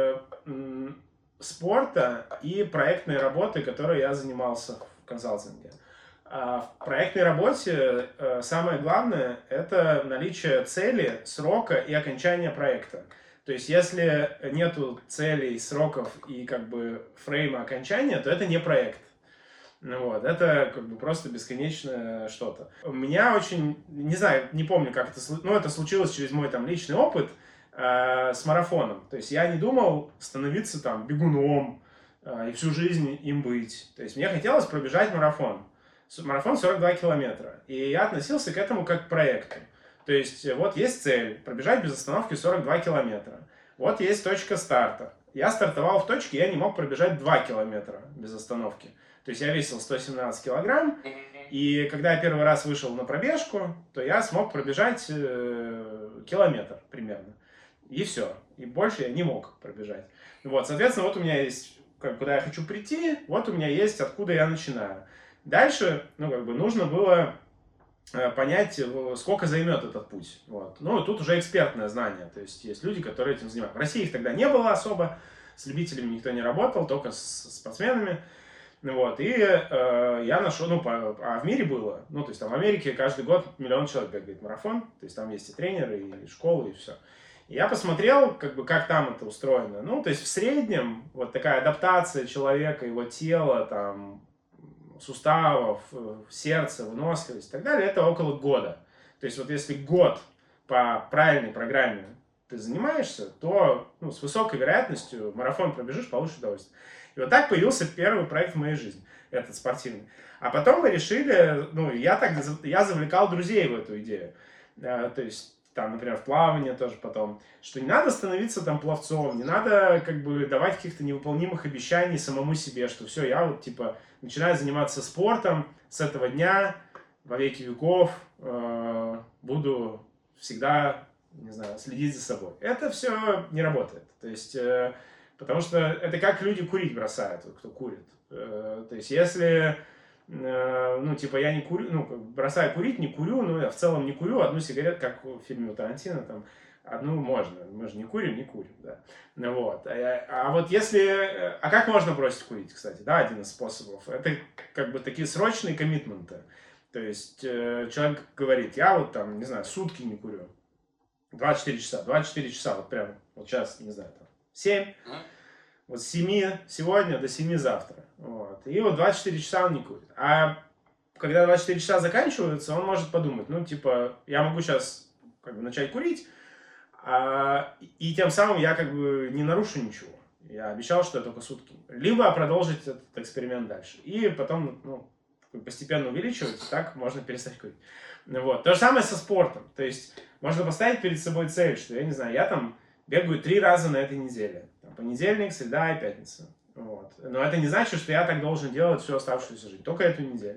спорта и проектной работы, которой я занимался в консалтинге. В проектной работе самое главное – это наличие цели, срока и окончания проекта. То есть, если нету целей, сроков и как бы фрейма окончания, то это не проект. Ну вот, это как бы просто бесконечное что-то. У меня очень, не знаю, не помню, как это, ну, это случилось через мой там личный опыт э, с марафоном. То есть, я не думал становиться там бегуном, и всю жизнь им быть. То есть мне хотелось пробежать марафон. Марафон сорок два километра. И я относился к этому как к проекту. То есть вот есть цель – пробежать без остановки сорок два километра. Вот есть точка старта. Я стартовал в точке, я не мог пробежать два километра без остановки. То есть я весил сто семнадцать килограмм. И когда я первый раз вышел на пробежку, то я смог пробежать э, километр примерно. И все. И больше я не мог пробежать. Вот, соответственно, вот у меня есть, как, куда я хочу прийти, вот у меня есть, откуда я начинаю. Дальше, ну, как бы, нужно было э, понять, сколько займет этот путь. Вот. Ну, тут уже экспертное знание. То есть есть люди, которые этим занимаются. В России их тогда не было особо. С любителями никто не работал, только с спортсменами. Вот, и э, я нашел, ну, по, а в мире было, ну, то есть там в Америке каждый год миллион человек бегает марафон, то есть там есть и тренеры, и школы, и все. И я посмотрел, как бы, как там это устроено. Ну, то есть в среднем вот такая адаптация человека, его тела, там, суставов, сердца, выносливость и так далее, это около года. То есть вот если год по правильной программе ты занимаешься, то, ну, с высокой вероятностью марафон пробежишь, получишь удовольствие. И вот так появился первый проект в моей жизни, этот спортивный. А потом мы решили, ну, я так, я завлекал друзей в эту идею. То есть, там, например, в плавание тоже потом, что не надо становиться там пловцом, не надо, как бы, давать каких-то невыполнимых обещаний самому себе, что все, я вот, типа, начинаю заниматься спортом с этого дня, во веки веков, э, буду всегда, не знаю, следить за собой. Это все не работает. То есть, э, потому что это как люди курить бросают, кто курит. Э, то есть, если, э, ну, типа, я не курю, ну, бросаю курить, не курю, но я в целом не курю, одну сигарету, как в фильме у Тарантино, там, одну можно, мы же не курим, не курим, да. Вот. А, а вот если, а как можно бросить курить, кстати, да, один из способов, это как бы такие срочные коммитменты. То есть, э, человек говорит, я вот там, не знаю, сутки не курю, двадцать четыре часа, двадцать четыре часа, вот прям, вот сейчас, не знаю, там, семь, вот с семи сегодня до семи завтра. Вот. И вот двадцать четыре часа он не курит. А когда двадцать четыре часа заканчиваются, он может подумать, ну, типа, я могу сейчас как бы начать курить, а, и тем самым я как бы не нарушу ничего. Я обещал, что я только сутки. Либо продолжить этот эксперимент дальше. И потом, ну, постепенно увеличивать, и так можно перестать курить. Вот. То же самое со спортом. То есть можно поставить перед собой цель, что, я не знаю, я там бегаю три раза на этой неделе. Там, понедельник, среда и пятница. Вот. Но это не значит, что я так должен делать всю оставшуюся жизнь. Только эту неделю.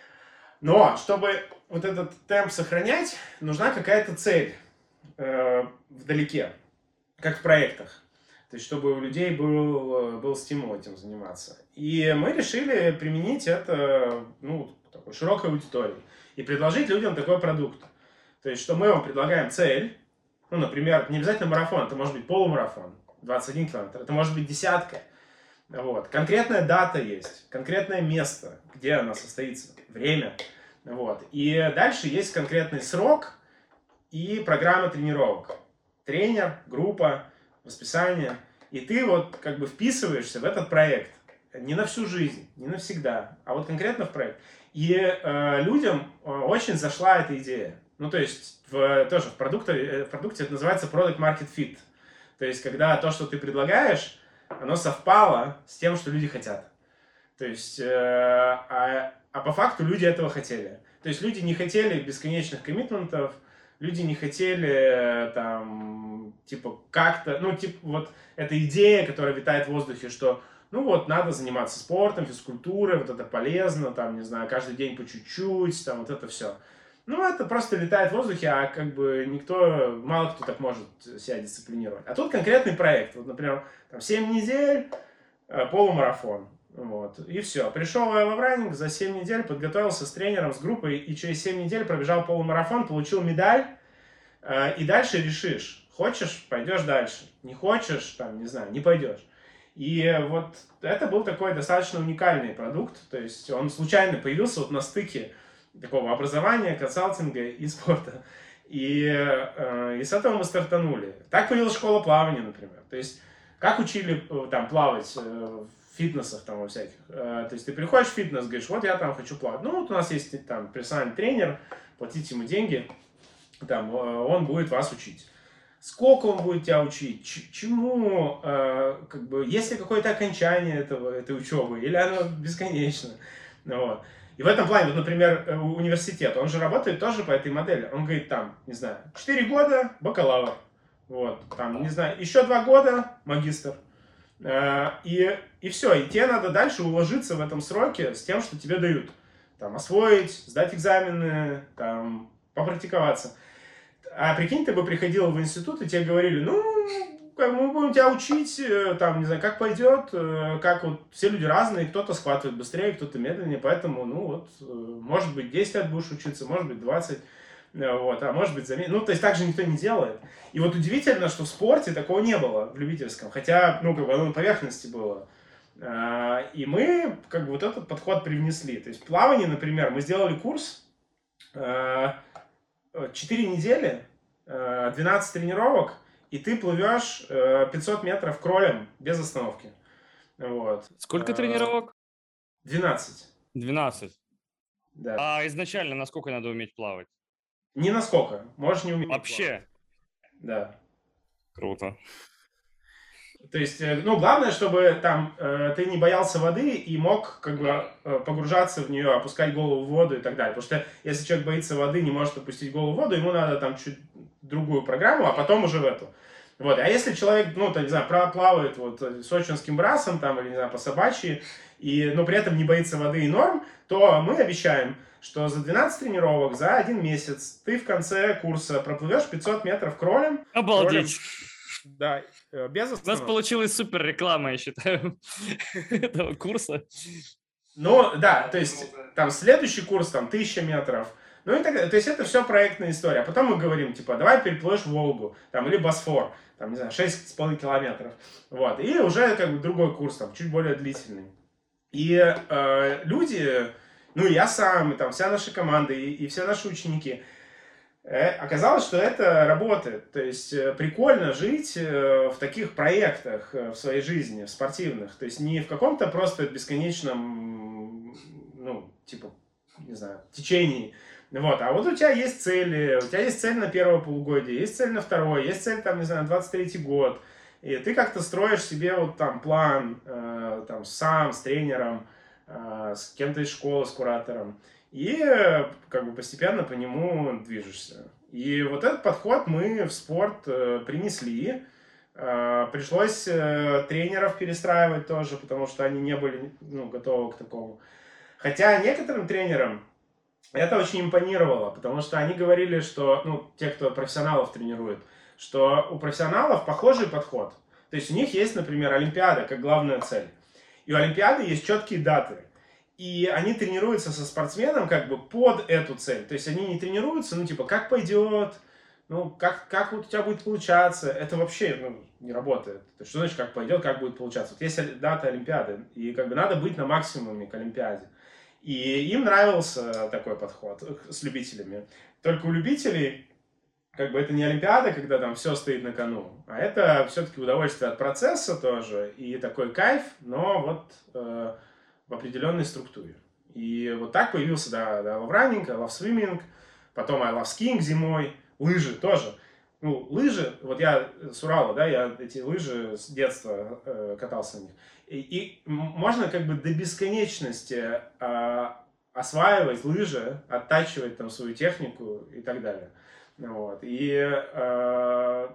Но чтобы вот этот темп сохранять, нужна какая-то цель э, вдалеке. Как в проектах. То есть, чтобы у людей был, был стимул этим заниматься. И мы решили применить это, ну, такой широкой аудитории. И предложить людям такой продукт. То есть, что мы вам предлагаем цель. Ну, например, не обязательно марафон, это может быть полумарафон, двадцать один километр. Это может быть десятка. Вот. Конкретная дата есть, конкретное место, где она состоится, время. Вот. И дальше есть конкретный срок и программа тренировок. Тренер, группа, расписание. И ты вот как бы вписываешься в этот проект. Не на всю жизнь, не навсегда, а вот конкретно в проект. И э, людям очень зашла эта идея. Ну, то есть, в, тоже в продукте, в продукте это называется Product Market Fit. То есть, когда то, что ты предлагаешь, оно совпало с тем, что люди хотят. То есть, э, а, а по факту люди этого хотели. То есть, люди не хотели бесконечных коммитментов, люди не хотели, там, типа, как-то, ну, типа, вот эта идея, которая витает в воздухе, что, ну, вот, надо заниматься спортом, физкультурой, вот это полезно, там, не знаю, каждый день по чуть-чуть, там, вот это все. Ну, это просто летает в воздухе, а как бы никто, мало кто так может себя дисциплинировать. А тут конкретный проект. Вот, например, там семь недель, полумарафон. Вот, и все. Пришел в Running за семь недель, подготовился с тренером, с группой, и через семь недель пробежал полумарафон, получил медаль, и дальше решишь. Хочешь, пойдешь дальше. Не хочешь, там, не знаю, не пойдешь. И вот это был такой достаточно уникальный продукт. То есть он случайно появился вот на стыке такого образования, консалтинга и спорта. И, э, и с этого мы стартанули. Так появилась школа плавания, например. То есть, как учили там плавать э, в фитнесах там во всяких. Э, то есть, ты приходишь в фитнес, говоришь, вот я там хочу плавать. Ну, вот у нас есть там персональный тренер, платите ему деньги, там, э, он будет вас учить. сколько он будет тебя учить, ч- чему, э, как бы, есть ли какое-то окончание этого, этой учебы, или оно бесконечно. Вот. И в этом плане, вот, например, университет, он же работает тоже по этой модели. Он говорит, там, не знаю, четыре года бакалавр, вот, там, не знаю, еще два года магистр. И, и все, и тебе надо дальше уложиться в этом сроке с тем, что тебе дают. Там, освоить, сдать экзамены, там, попрактиковаться. А прикинь, ты бы приходил в институт, и тебе говорили, ну, как мы будем тебя учить, там, не знаю, как пойдет, как вот все люди разные, кто-то схватывает быстрее, кто-то медленнее, поэтому, ну, вот, может быть, десять лет будешь учиться, может быть, двадцать, вот, а может быть, заметь. Ну, то есть так же никто не делает. И вот удивительно, что в спорте такого не было, в любительском, хотя, ну, как бы оно на поверхности было. И мы, как бы, вот этот подход привнесли. То есть плавание, например, мы сделали курс, четыре недели, двенадцать тренировок, и ты плывешь пятьсот метров кролем без остановки. Вот. Сколько тренировок? двенадцать. двенадцать. Да. А изначально насколько надо уметь плавать? Ни насколько. Можешь не уметь Вообще? плавать. Да. Круто. То есть, ну, главное, чтобы там э, ты не боялся воды и мог как бы э, погружаться в нее, опускать голову в воду и так далее. Потому что если человек боится воды, не может опустить голову в воду, ему надо там чуть другую программу, а потом уже в эту. Вот. А если человек, ну, то, не знаю, плавает вот сочинским брасом там, или, не знаю, по собачьи, и, но при этом не боится воды и норм, то мы обещаем, что за двенадцать тренировок, за один месяц ты в конце курса проплывешь пятьсот метров кролем. Обалдеть! Кролем, да, без остановки. У нас получилась супер реклама, я считаю, этого курса. Ну, да, то есть там следующий курс, там, тысяча метров. Ну и так далее. То есть это все проектная история. А потом мы говорим, типа, давай переплывешь Волгу, там, или Босфор, там, не знаю, шесть с половиной километров. Вот. И уже как бы другой курс, там, чуть более длительный. И э, люди, ну и я сам, и там вся наша команда, и, и все наши ученики, э, оказалось, что это работает. То есть э, прикольно жить э, в таких проектах э, в своей жизни, в спортивных. То есть не в каком-то просто бесконечном, ну, типа, не знаю, течении. Вот, а вот у тебя есть цели, у тебя есть цель на первое полугодие, есть цель на второе, есть цель, там, не знаю, на двадцать третий год. И ты как-то строишь себе вот там план, э, там, сам, с тренером, э, с кем-то из школы, с куратором. И э, как бы постепенно по нему движешься. И вот этот подход мы в спорт э, принесли. Э, пришлось э, тренеров перестраивать тоже, потому что они не были, ну, готовы к такому. Хотя некоторым тренерам это очень импонировало, потому что они говорили, что, ну, те, кто профессионалов тренирует, что у профессионалов похожий подход. То есть у них есть, например, Олимпиада как главная цель. И у Олимпиады есть четкие даты. И они тренируются со спортсменом как бы под эту цель. То есть они не тренируются, ну, типа, как пойдет, ну, как, как вот у тебя будет получаться. Это вообще, ну, не работает. То есть, что значит, как пойдет, как будет получаться? Вот есть дата Олимпиады, и как бы надо быть на максимуме к Олимпиаде. И им нравился такой подход с любителями. Только у любителей, как бы, это не Олимпиада, когда там все стоит на кону, а это все-таки удовольствие от процесса тоже, и такой кайф, но вот э, в определенной структуре. И вот так появился, да, да, Love Running, I Love Swimming, потом I Love Skiing зимой, лыжи тоже. Ну, лыжи, вот я с Урала, да, я эти лыжи с детства э, катался на них. И, и можно как бы до бесконечности э, осваивать лыжи, оттачивать там свою технику и так далее. Вот. И э,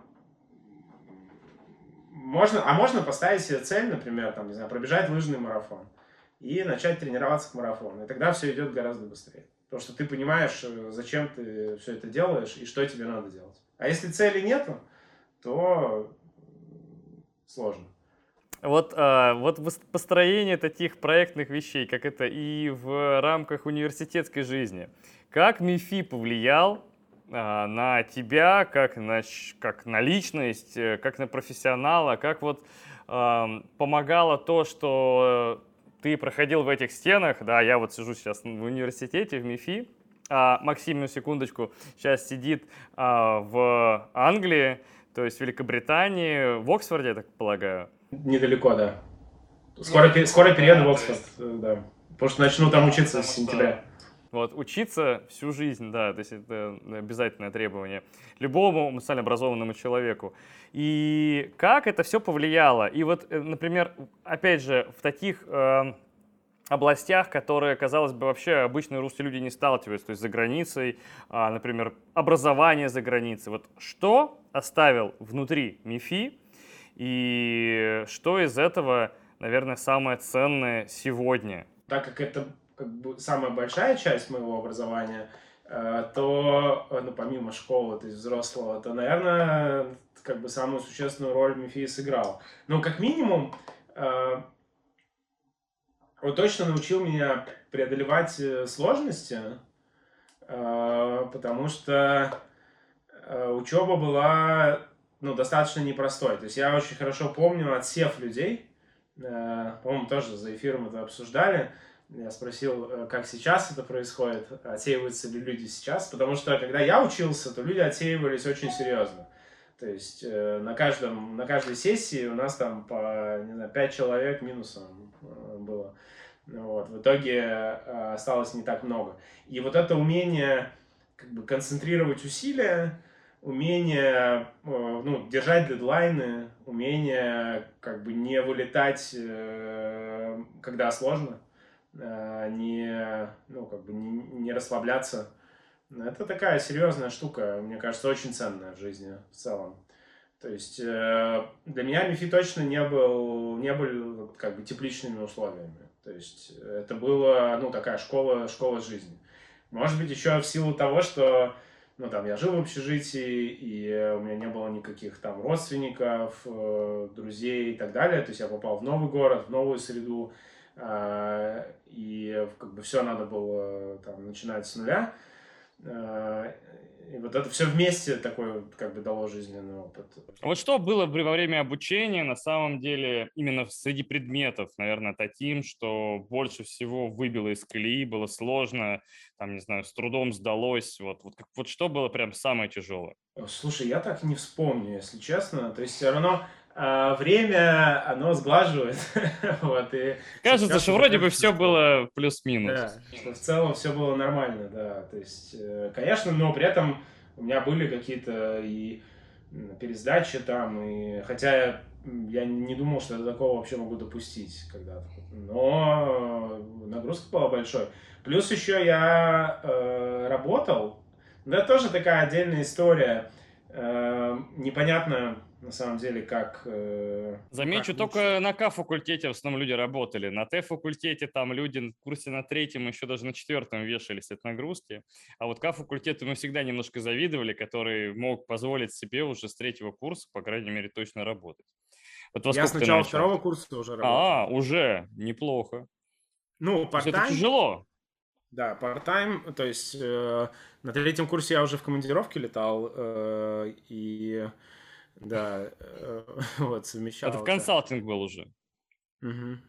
можно, а можно поставить себе цель, например, там, не знаю, пробежать лыжный марафон и начать тренироваться к марафону. И тогда все идет гораздо быстрее. Потому что ты понимаешь, зачем ты все это делаешь и что тебе надо делать. А если цели нету, то сложно. Вот, а, вот построение таких проектных вещей, как это и в рамках университетской жизни, как МИФИ повлиял а, на тебя, как на, как на личность, как на профессионала, как вот а, помогало то, что ты проходил в этих стенах, да, я вот сижу сейчас в университете, в МИФИ, а Максим, на секундочку, сейчас сидит а, в Англии, то есть в Великобритании, в Оксфорде, я так полагаю. Недалеко, да. Скоро, скоро перееду в Оксфорд, да. Потому что начну там учиться с сентября. Вот, учиться всю жизнь, да, то есть это обязательное требование любому эмоционально образованному человеку. И как это все повлияло? И вот, э, например, опять же, в таких э, областях, которые, казалось бы, вообще обычные русские люди не сталкиваются, то есть за границей, а, например, образование за границей. Вот что оставил внутри МИФИ и что из этого, наверное, самое ценное сегодня? Так как это как бы самая большая часть моего образования, э, то, э, ну, помимо школы, то есть взрослого, то, наверное, как бы самую существенную роль МИФИ сыграл. Ну, как минимум, э, он точно научил меня преодолевать э, сложности, э, потому что э, учеба была, ну, достаточно непростой. То есть я очень хорошо помню отсев людей, э, по-моему, тоже за эфиром это обсуждали. Я спросил, э, как сейчас это происходит, отсеиваются ли люди сейчас, потому что когда я учился, то люди отсеивались очень серьезно. То есть э, на, каждом, на каждой сессии у нас там по, не знаю, пять человек минусом э, было. Вот. В итоге э, осталось не так много. И вот это умение как бы концентрировать усилия, умение э, ну, держать дедлайны, умение как бы не вылетать, э, когда сложно, э, не, ну, как бы не, не расслабляться. Это такая серьезная штука, мне кажется, очень ценная в жизни в целом. То есть э, для меня МИФИ точно не был, не был как бы тепличными условиями. То есть это была, ну, такая школа, школа жизни. Может быть, еще в силу того, что, ну, там, я жил в общежитии, и у меня не было никаких там родственников, э, друзей и так далее. То есть я попал в новый город, в новую среду, э, и как бы все надо было там начинать с нуля. И вот это все вместе такой как бы дало жизненный опыт. Вот что было во время обучения на самом деле именно среди предметов, наверное, таким, что больше всего выбило из колеи, было сложно, там, не знаю, с трудом сдалось, вот, вот, как, вот что было прям самое тяжелое? Слушай, я так не вспомню, если честно. То есть все равно а, время, оно сглаживает. Вот, и Кажется, сейчас что уже вроде бы кажется, все что, было плюс-минус. да, что в целом все было нормально, да. То есть, э, конечно, но при этом у меня были какие-то и м, пересдачи там, и хотя я, м, я не думал, что я до такого вообще могу допустить когда-то. Но нагрузка была большой. Плюс еще я э, работал. Ну, это тоже такая отдельная история. Э, непонятно, на самом деле, как... э, ну, Замечу, как только лучше. на К-факультете в основном люди работали. На Т-факультете там люди в курсе на третьем, еще даже на четвертом вешались от нагрузки. А вот К-факультету мы всегда немножко завидовали, который мог позволить себе уже с третьего курса, по крайней мере, точно работать. Вот во Я с сколько ты начала начал? второго курса уже А, работал. уже, неплохо. Ну, То есть это part-time, тяжело. да, part-time, то есть э, на третьем курсе я уже в командировке летал, э, и, да, э, вот, Это в совмещал это. консалтинг был уже. Мгм.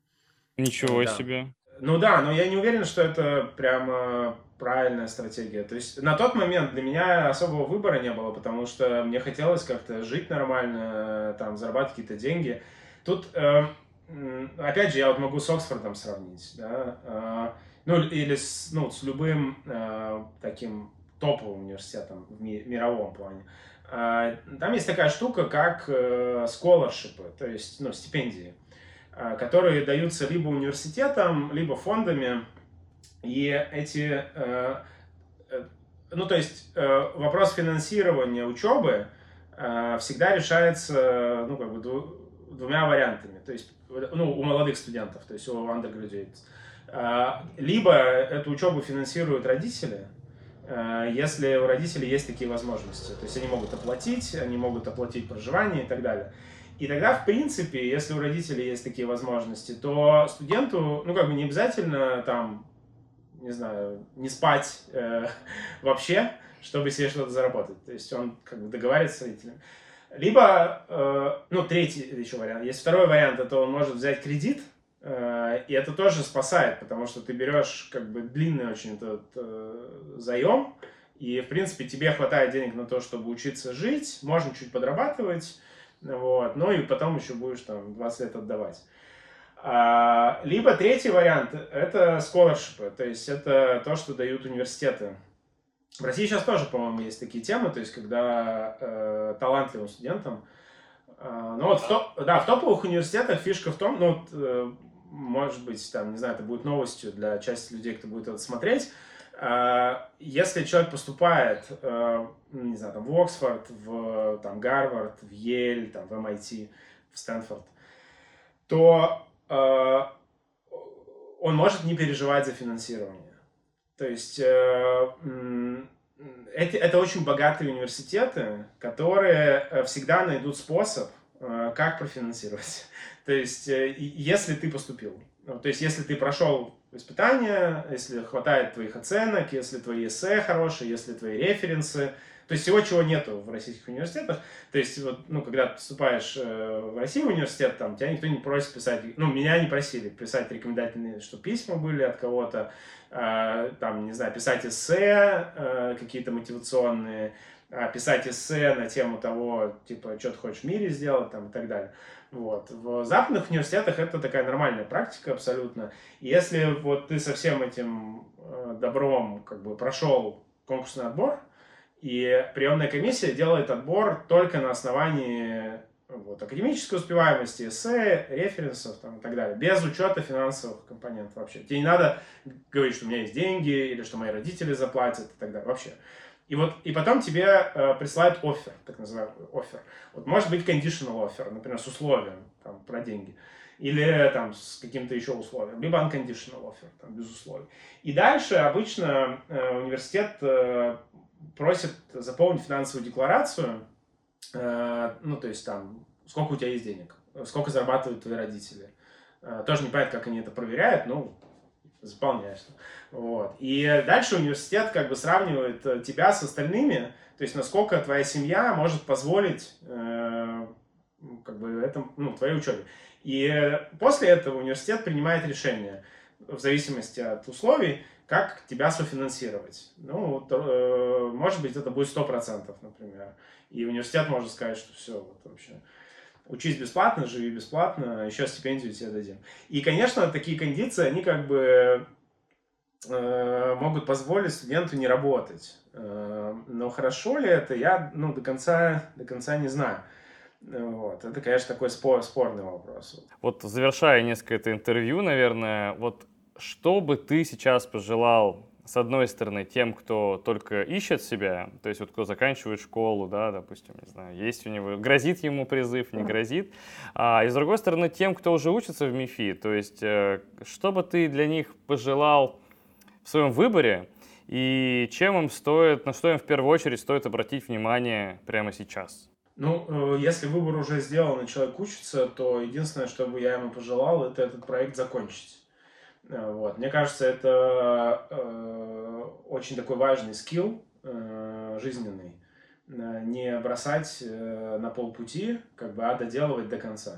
Э, Ничего да. себе. Ну да, но я не уверен, что это прямо правильная стратегия. То есть на тот момент для меня особого выбора не было, потому что мне хотелось как-то жить нормально, там, зарабатывать какие-то деньги. Тут, э, м, опять же, я вот могу с Оксфордом сравнить, да, э, ну или с, ну, с любым э, таким топовым университетом в ми- мировом плане. Э, Там есть такая штука, как э, scholarship'ы, то есть, ну, стипендии, э, которые даются либо университетам, либо фондами. И эти, э, э, ну, то есть э, вопрос финансирования учебы э, всегда решается, ну, как бы дву- двумя вариантами. То есть, ну, у молодых студентов, то есть у undergraduates. Э, Либо эту учебу финансируют родители, э, если у родителей есть такие возможности. То есть они могут оплатить, они могут оплатить проживание и так далее. И тогда, в принципе, если у родителей есть такие возможности, то студенту, ну, как бы не обязательно там, не знаю, не спать э, вообще, чтобы себе что-то заработать. То есть он как бы договаривается с родителями. Либо, э, ну, третий еще вариант. Есть второй вариант, это он может взять кредит, э, и это тоже спасает, потому что ты берешь как бы длинный очень этот э, заем, и, в принципе, тебе хватает денег на то, чтобы учиться жить, можно чуть подрабатывать, вот, ну и потом еще будешь там двадцать лет отдавать. А, либо третий вариант – это scholarship, то есть это то, что дают университеты. В России сейчас тоже, по-моему, есть такие темы, то есть когда э, талантливым студентам, э, ну вот в, топ, да, в топовых университетах фишка в том, ну вот, э, может быть, там, не знаю, это будет новостью для части людей, кто будет это смотреть, э, если человек поступает, э, не знаю, там, в Оксфорд, в там, Гарвард, в Йель, там, в эм ай ти, в Стэнфорд, то э, он может не переживать за финансирование. То есть э, это, это очень богатые университеты, которые всегда найдут способ, э, как профинансировать. То есть э, если ты поступил, ну, то есть если ты прошел испытания, если хватает твоих оценок, если твои эссе хорошие, если твои референсы, то есть всего, чего нету в российских университетах. То есть, вот, ну, когда ты поступаешь э, в Россию в университет, там, тебя никто не просит писать, ну, меня не просили писать рекомендательные, что письма были от кого-то, э, там, не знаю, писать эссе э, какие-то мотивационные, э, писать эссе на тему того, типа, что ты хочешь в мире сделать, там, и так далее. Вот. В западных университетах это такая нормальная практика абсолютно. И если вот ты со всем этим э, добром, как бы, прошел конкурсный отбор, и приемная комиссия делает отбор только на основании вот, академической успеваемости, эссе, референсов там, и так далее, без учета финансовых компонентов вообще. Тебе не надо говорить, что у меня есть деньги, или что мои родители заплатят и так далее, вообще. И, вот, и потом тебе э, присылают оффер, так называемый оффер. Вот может быть conditional offer, например, с условием там, про деньги. Или там, с каким-то еще условием. Либо unconditional offer, там, без условий. И дальше обычно э, университет э, просит заполнить финансовую декларацию, э, ну, то есть там, сколько у тебя есть денег, сколько зарабатывают твои родители. Э, тоже не понятно, как они это проверяют, ну, заполняешь. Вот. И дальше университет как бы сравнивает тебя с остальными, то есть насколько твоя семья может позволить э, как бы это, ну, твоей учебе. И после этого университет принимает решение в зависимости от условий, как тебя софинансировать. Ну, то, э, может быть, это будет сто процентов, например. И университет может сказать, что все, вот вообще, учись бесплатно, живи бесплатно, еще стипендию тебе дадим. И, конечно, такие кондиции, они как бы э, могут позволить студенту не работать. Э, но хорошо ли это, я ну, до конца, до конца не знаю. Вот. Это, конечно, такой спор, спорный вопрос. Вот завершая несколько это интервью, наверное, вот что бы ты сейчас пожелал, с одной стороны, тем, кто только ищет себя, то есть вот кто заканчивает школу, да, допустим, не знаю, есть у него, грозит ему призыв, не грозит, а, и с другой стороны, тем, кто уже учится в МИФИ, то есть э, что бы ты для них пожелал в своем выборе, и чем им стоит, на что им в первую очередь стоит обратить внимание прямо сейчас? Ну, если выбор уже сделан и человек учится, то единственное, что бы я ему пожелал, это этот проект закончить. Вот. Мне кажется, это э, очень такой важный скилл э, жизненный. Не бросать э, на полпути, как бы, а доделывать до конца.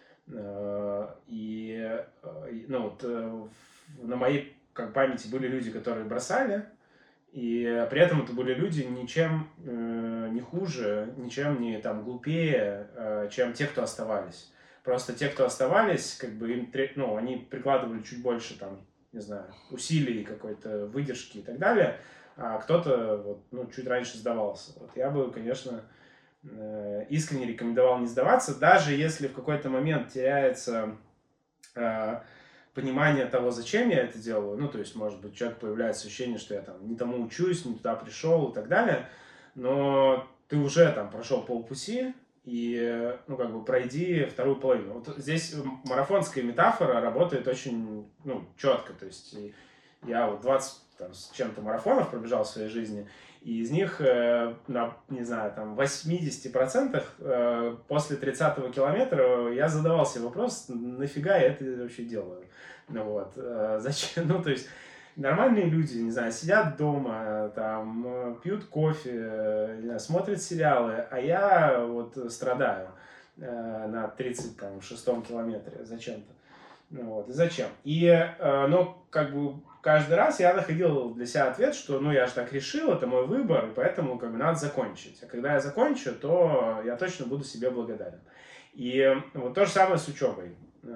Э, и э, ну, вот, э, на моей как, памяти были люди, которые бросали, и при этом это были люди ничем э, не хуже, ничем не там, глупее, э, чем те, кто оставались. Просто те, кто оставались, как бы им, ну, они прикладывали чуть больше, там, не знаю, усилий, какой-то выдержки и так далее, а кто-то вот, ну, чуть раньше сдавался. Вот я бы, конечно, э, искренне рекомендовал не сдаваться, даже если в какой-то момент теряется э, понимание того, зачем я это делаю. Ну, то есть, может быть, у человека появляется ощущение, что я там не тому учусь, не туда пришел и так далее, но ты уже там прошел полпути, и, ну, как бы, пройди вторую половину. Вот здесь марафонская метафора работает очень, ну, четко. То есть я вот двадцать там, с чем-то марафонов пробежал в своей жизни, и из них, э, на, не знаю, там, восемьдесят процентов э, после тридцатого километра я задавал себе вопрос, нафига я это вообще делаю? Ну, вот, э, зачем? Ну, то есть нормальные люди, не знаю, сидят дома, там, пьют кофе, не знаю, смотрят сериалы, а я вот страдаю э, на тридцать шестом километре зачем-то. Ну, вот, и зачем? И, э, ну, как бы, каждый раз я находил для себя ответ, что, ну, я же так решил, это мой выбор, и поэтому, как бы, надо закончить. А когда я закончу, то я точно буду себе благодарен. И вот то же самое с учебой.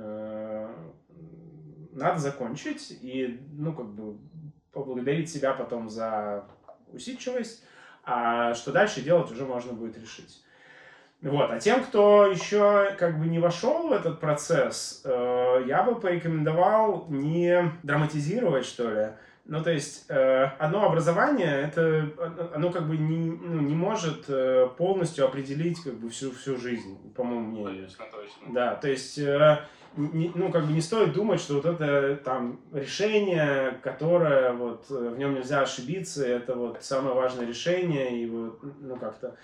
Надо закончить и, ну, как бы поблагодарить себя потом за усидчивость, а что дальше делать уже можно будет решить. Вот. А тем, кто еще как бы не вошел в этот процесс, э, я бы порекомендовал не драматизировать, что ли. Ну, то есть, э, одно образование, это, оно как бы не, ну, не может э, полностью определить как бы всю, всю жизнь, по моему мнению. Точно, точно. Да, то есть, э, не, ну, как бы не стоит думать, что вот это там решение, которое вот в нем нельзя ошибиться, это вот самое важное решение, и вот, ну, как-то...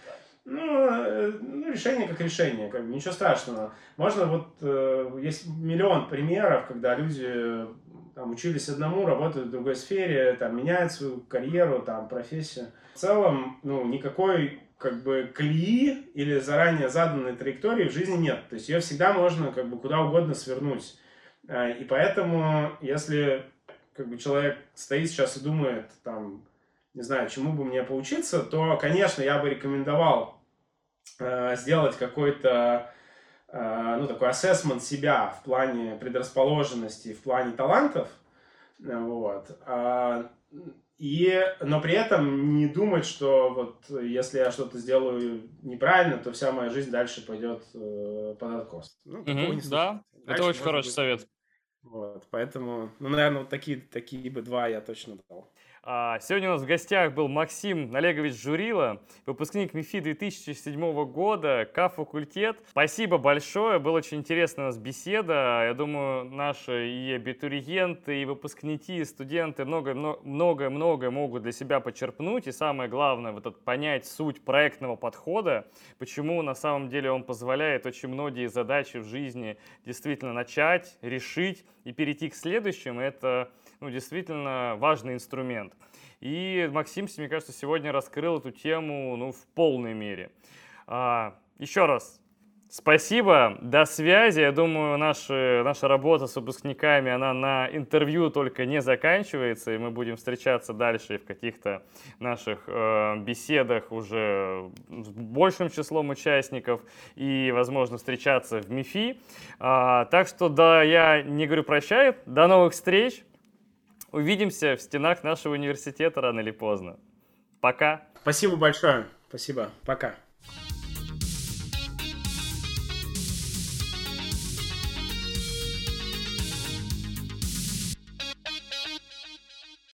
Ну, ну, решение как решение, как бы ничего страшного. Можно вот, э, есть миллион примеров, когда люди там, учились одному, работают в другой сфере, там, меняют свою карьеру, там, профессию. В целом, ну, никакой как бы колеи или заранее заданной траектории в жизни нет. То есть ее всегда можно как бы куда угодно свернуть. И поэтому, если как бы человек стоит сейчас и думает, там, не знаю, чему бы мне поучиться, то, конечно, я бы рекомендовал э, сделать какой-то, э, ну, такой ассессмент себя в плане предрасположенности, в плане талантов, вот. А, и, но при этом не думать, что вот если я что-то сделаю неправильно, то вся моя жизнь дальше пойдет э, под откос. Ну, такого Мгм, не случится. да, это Дальше очень можно хороший будет- совет. Вот, поэтому, ну, наверное, вот такие, такие бы два я точно дал. А, Сегодня у нас в гостях был Максим Налегович Журило, выпускник МИФИ две тысячи седьмого года, К-факультет. Спасибо большое, была очень интересная у нас беседа. Я думаю, наши и абитуриенты, и выпускники, и студенты многое-многое могут для себя почерпнуть. И самое главное, вот это понять суть проектного подхода, почему на самом деле он позволяет очень многие задачи в жизни действительно начать, решить и перейти к следующим. Это ну, действительно важный инструмент. И Максим, мне кажется, сегодня раскрыл эту тему ну, в полной мере. А, еще раз спасибо, до связи. Я думаю, наши, наша работа с выпускниками, она на интервью только не заканчивается, и мы будем встречаться дальше в каких-то наших э, беседах уже с большим числом участников и, возможно, встречаться в МИФИ. А, так что, да, я не говорю прощай, до новых встреч. Увидимся в стенах нашего университета рано или поздно. Пока. Спасибо большое. Спасибо. Пока.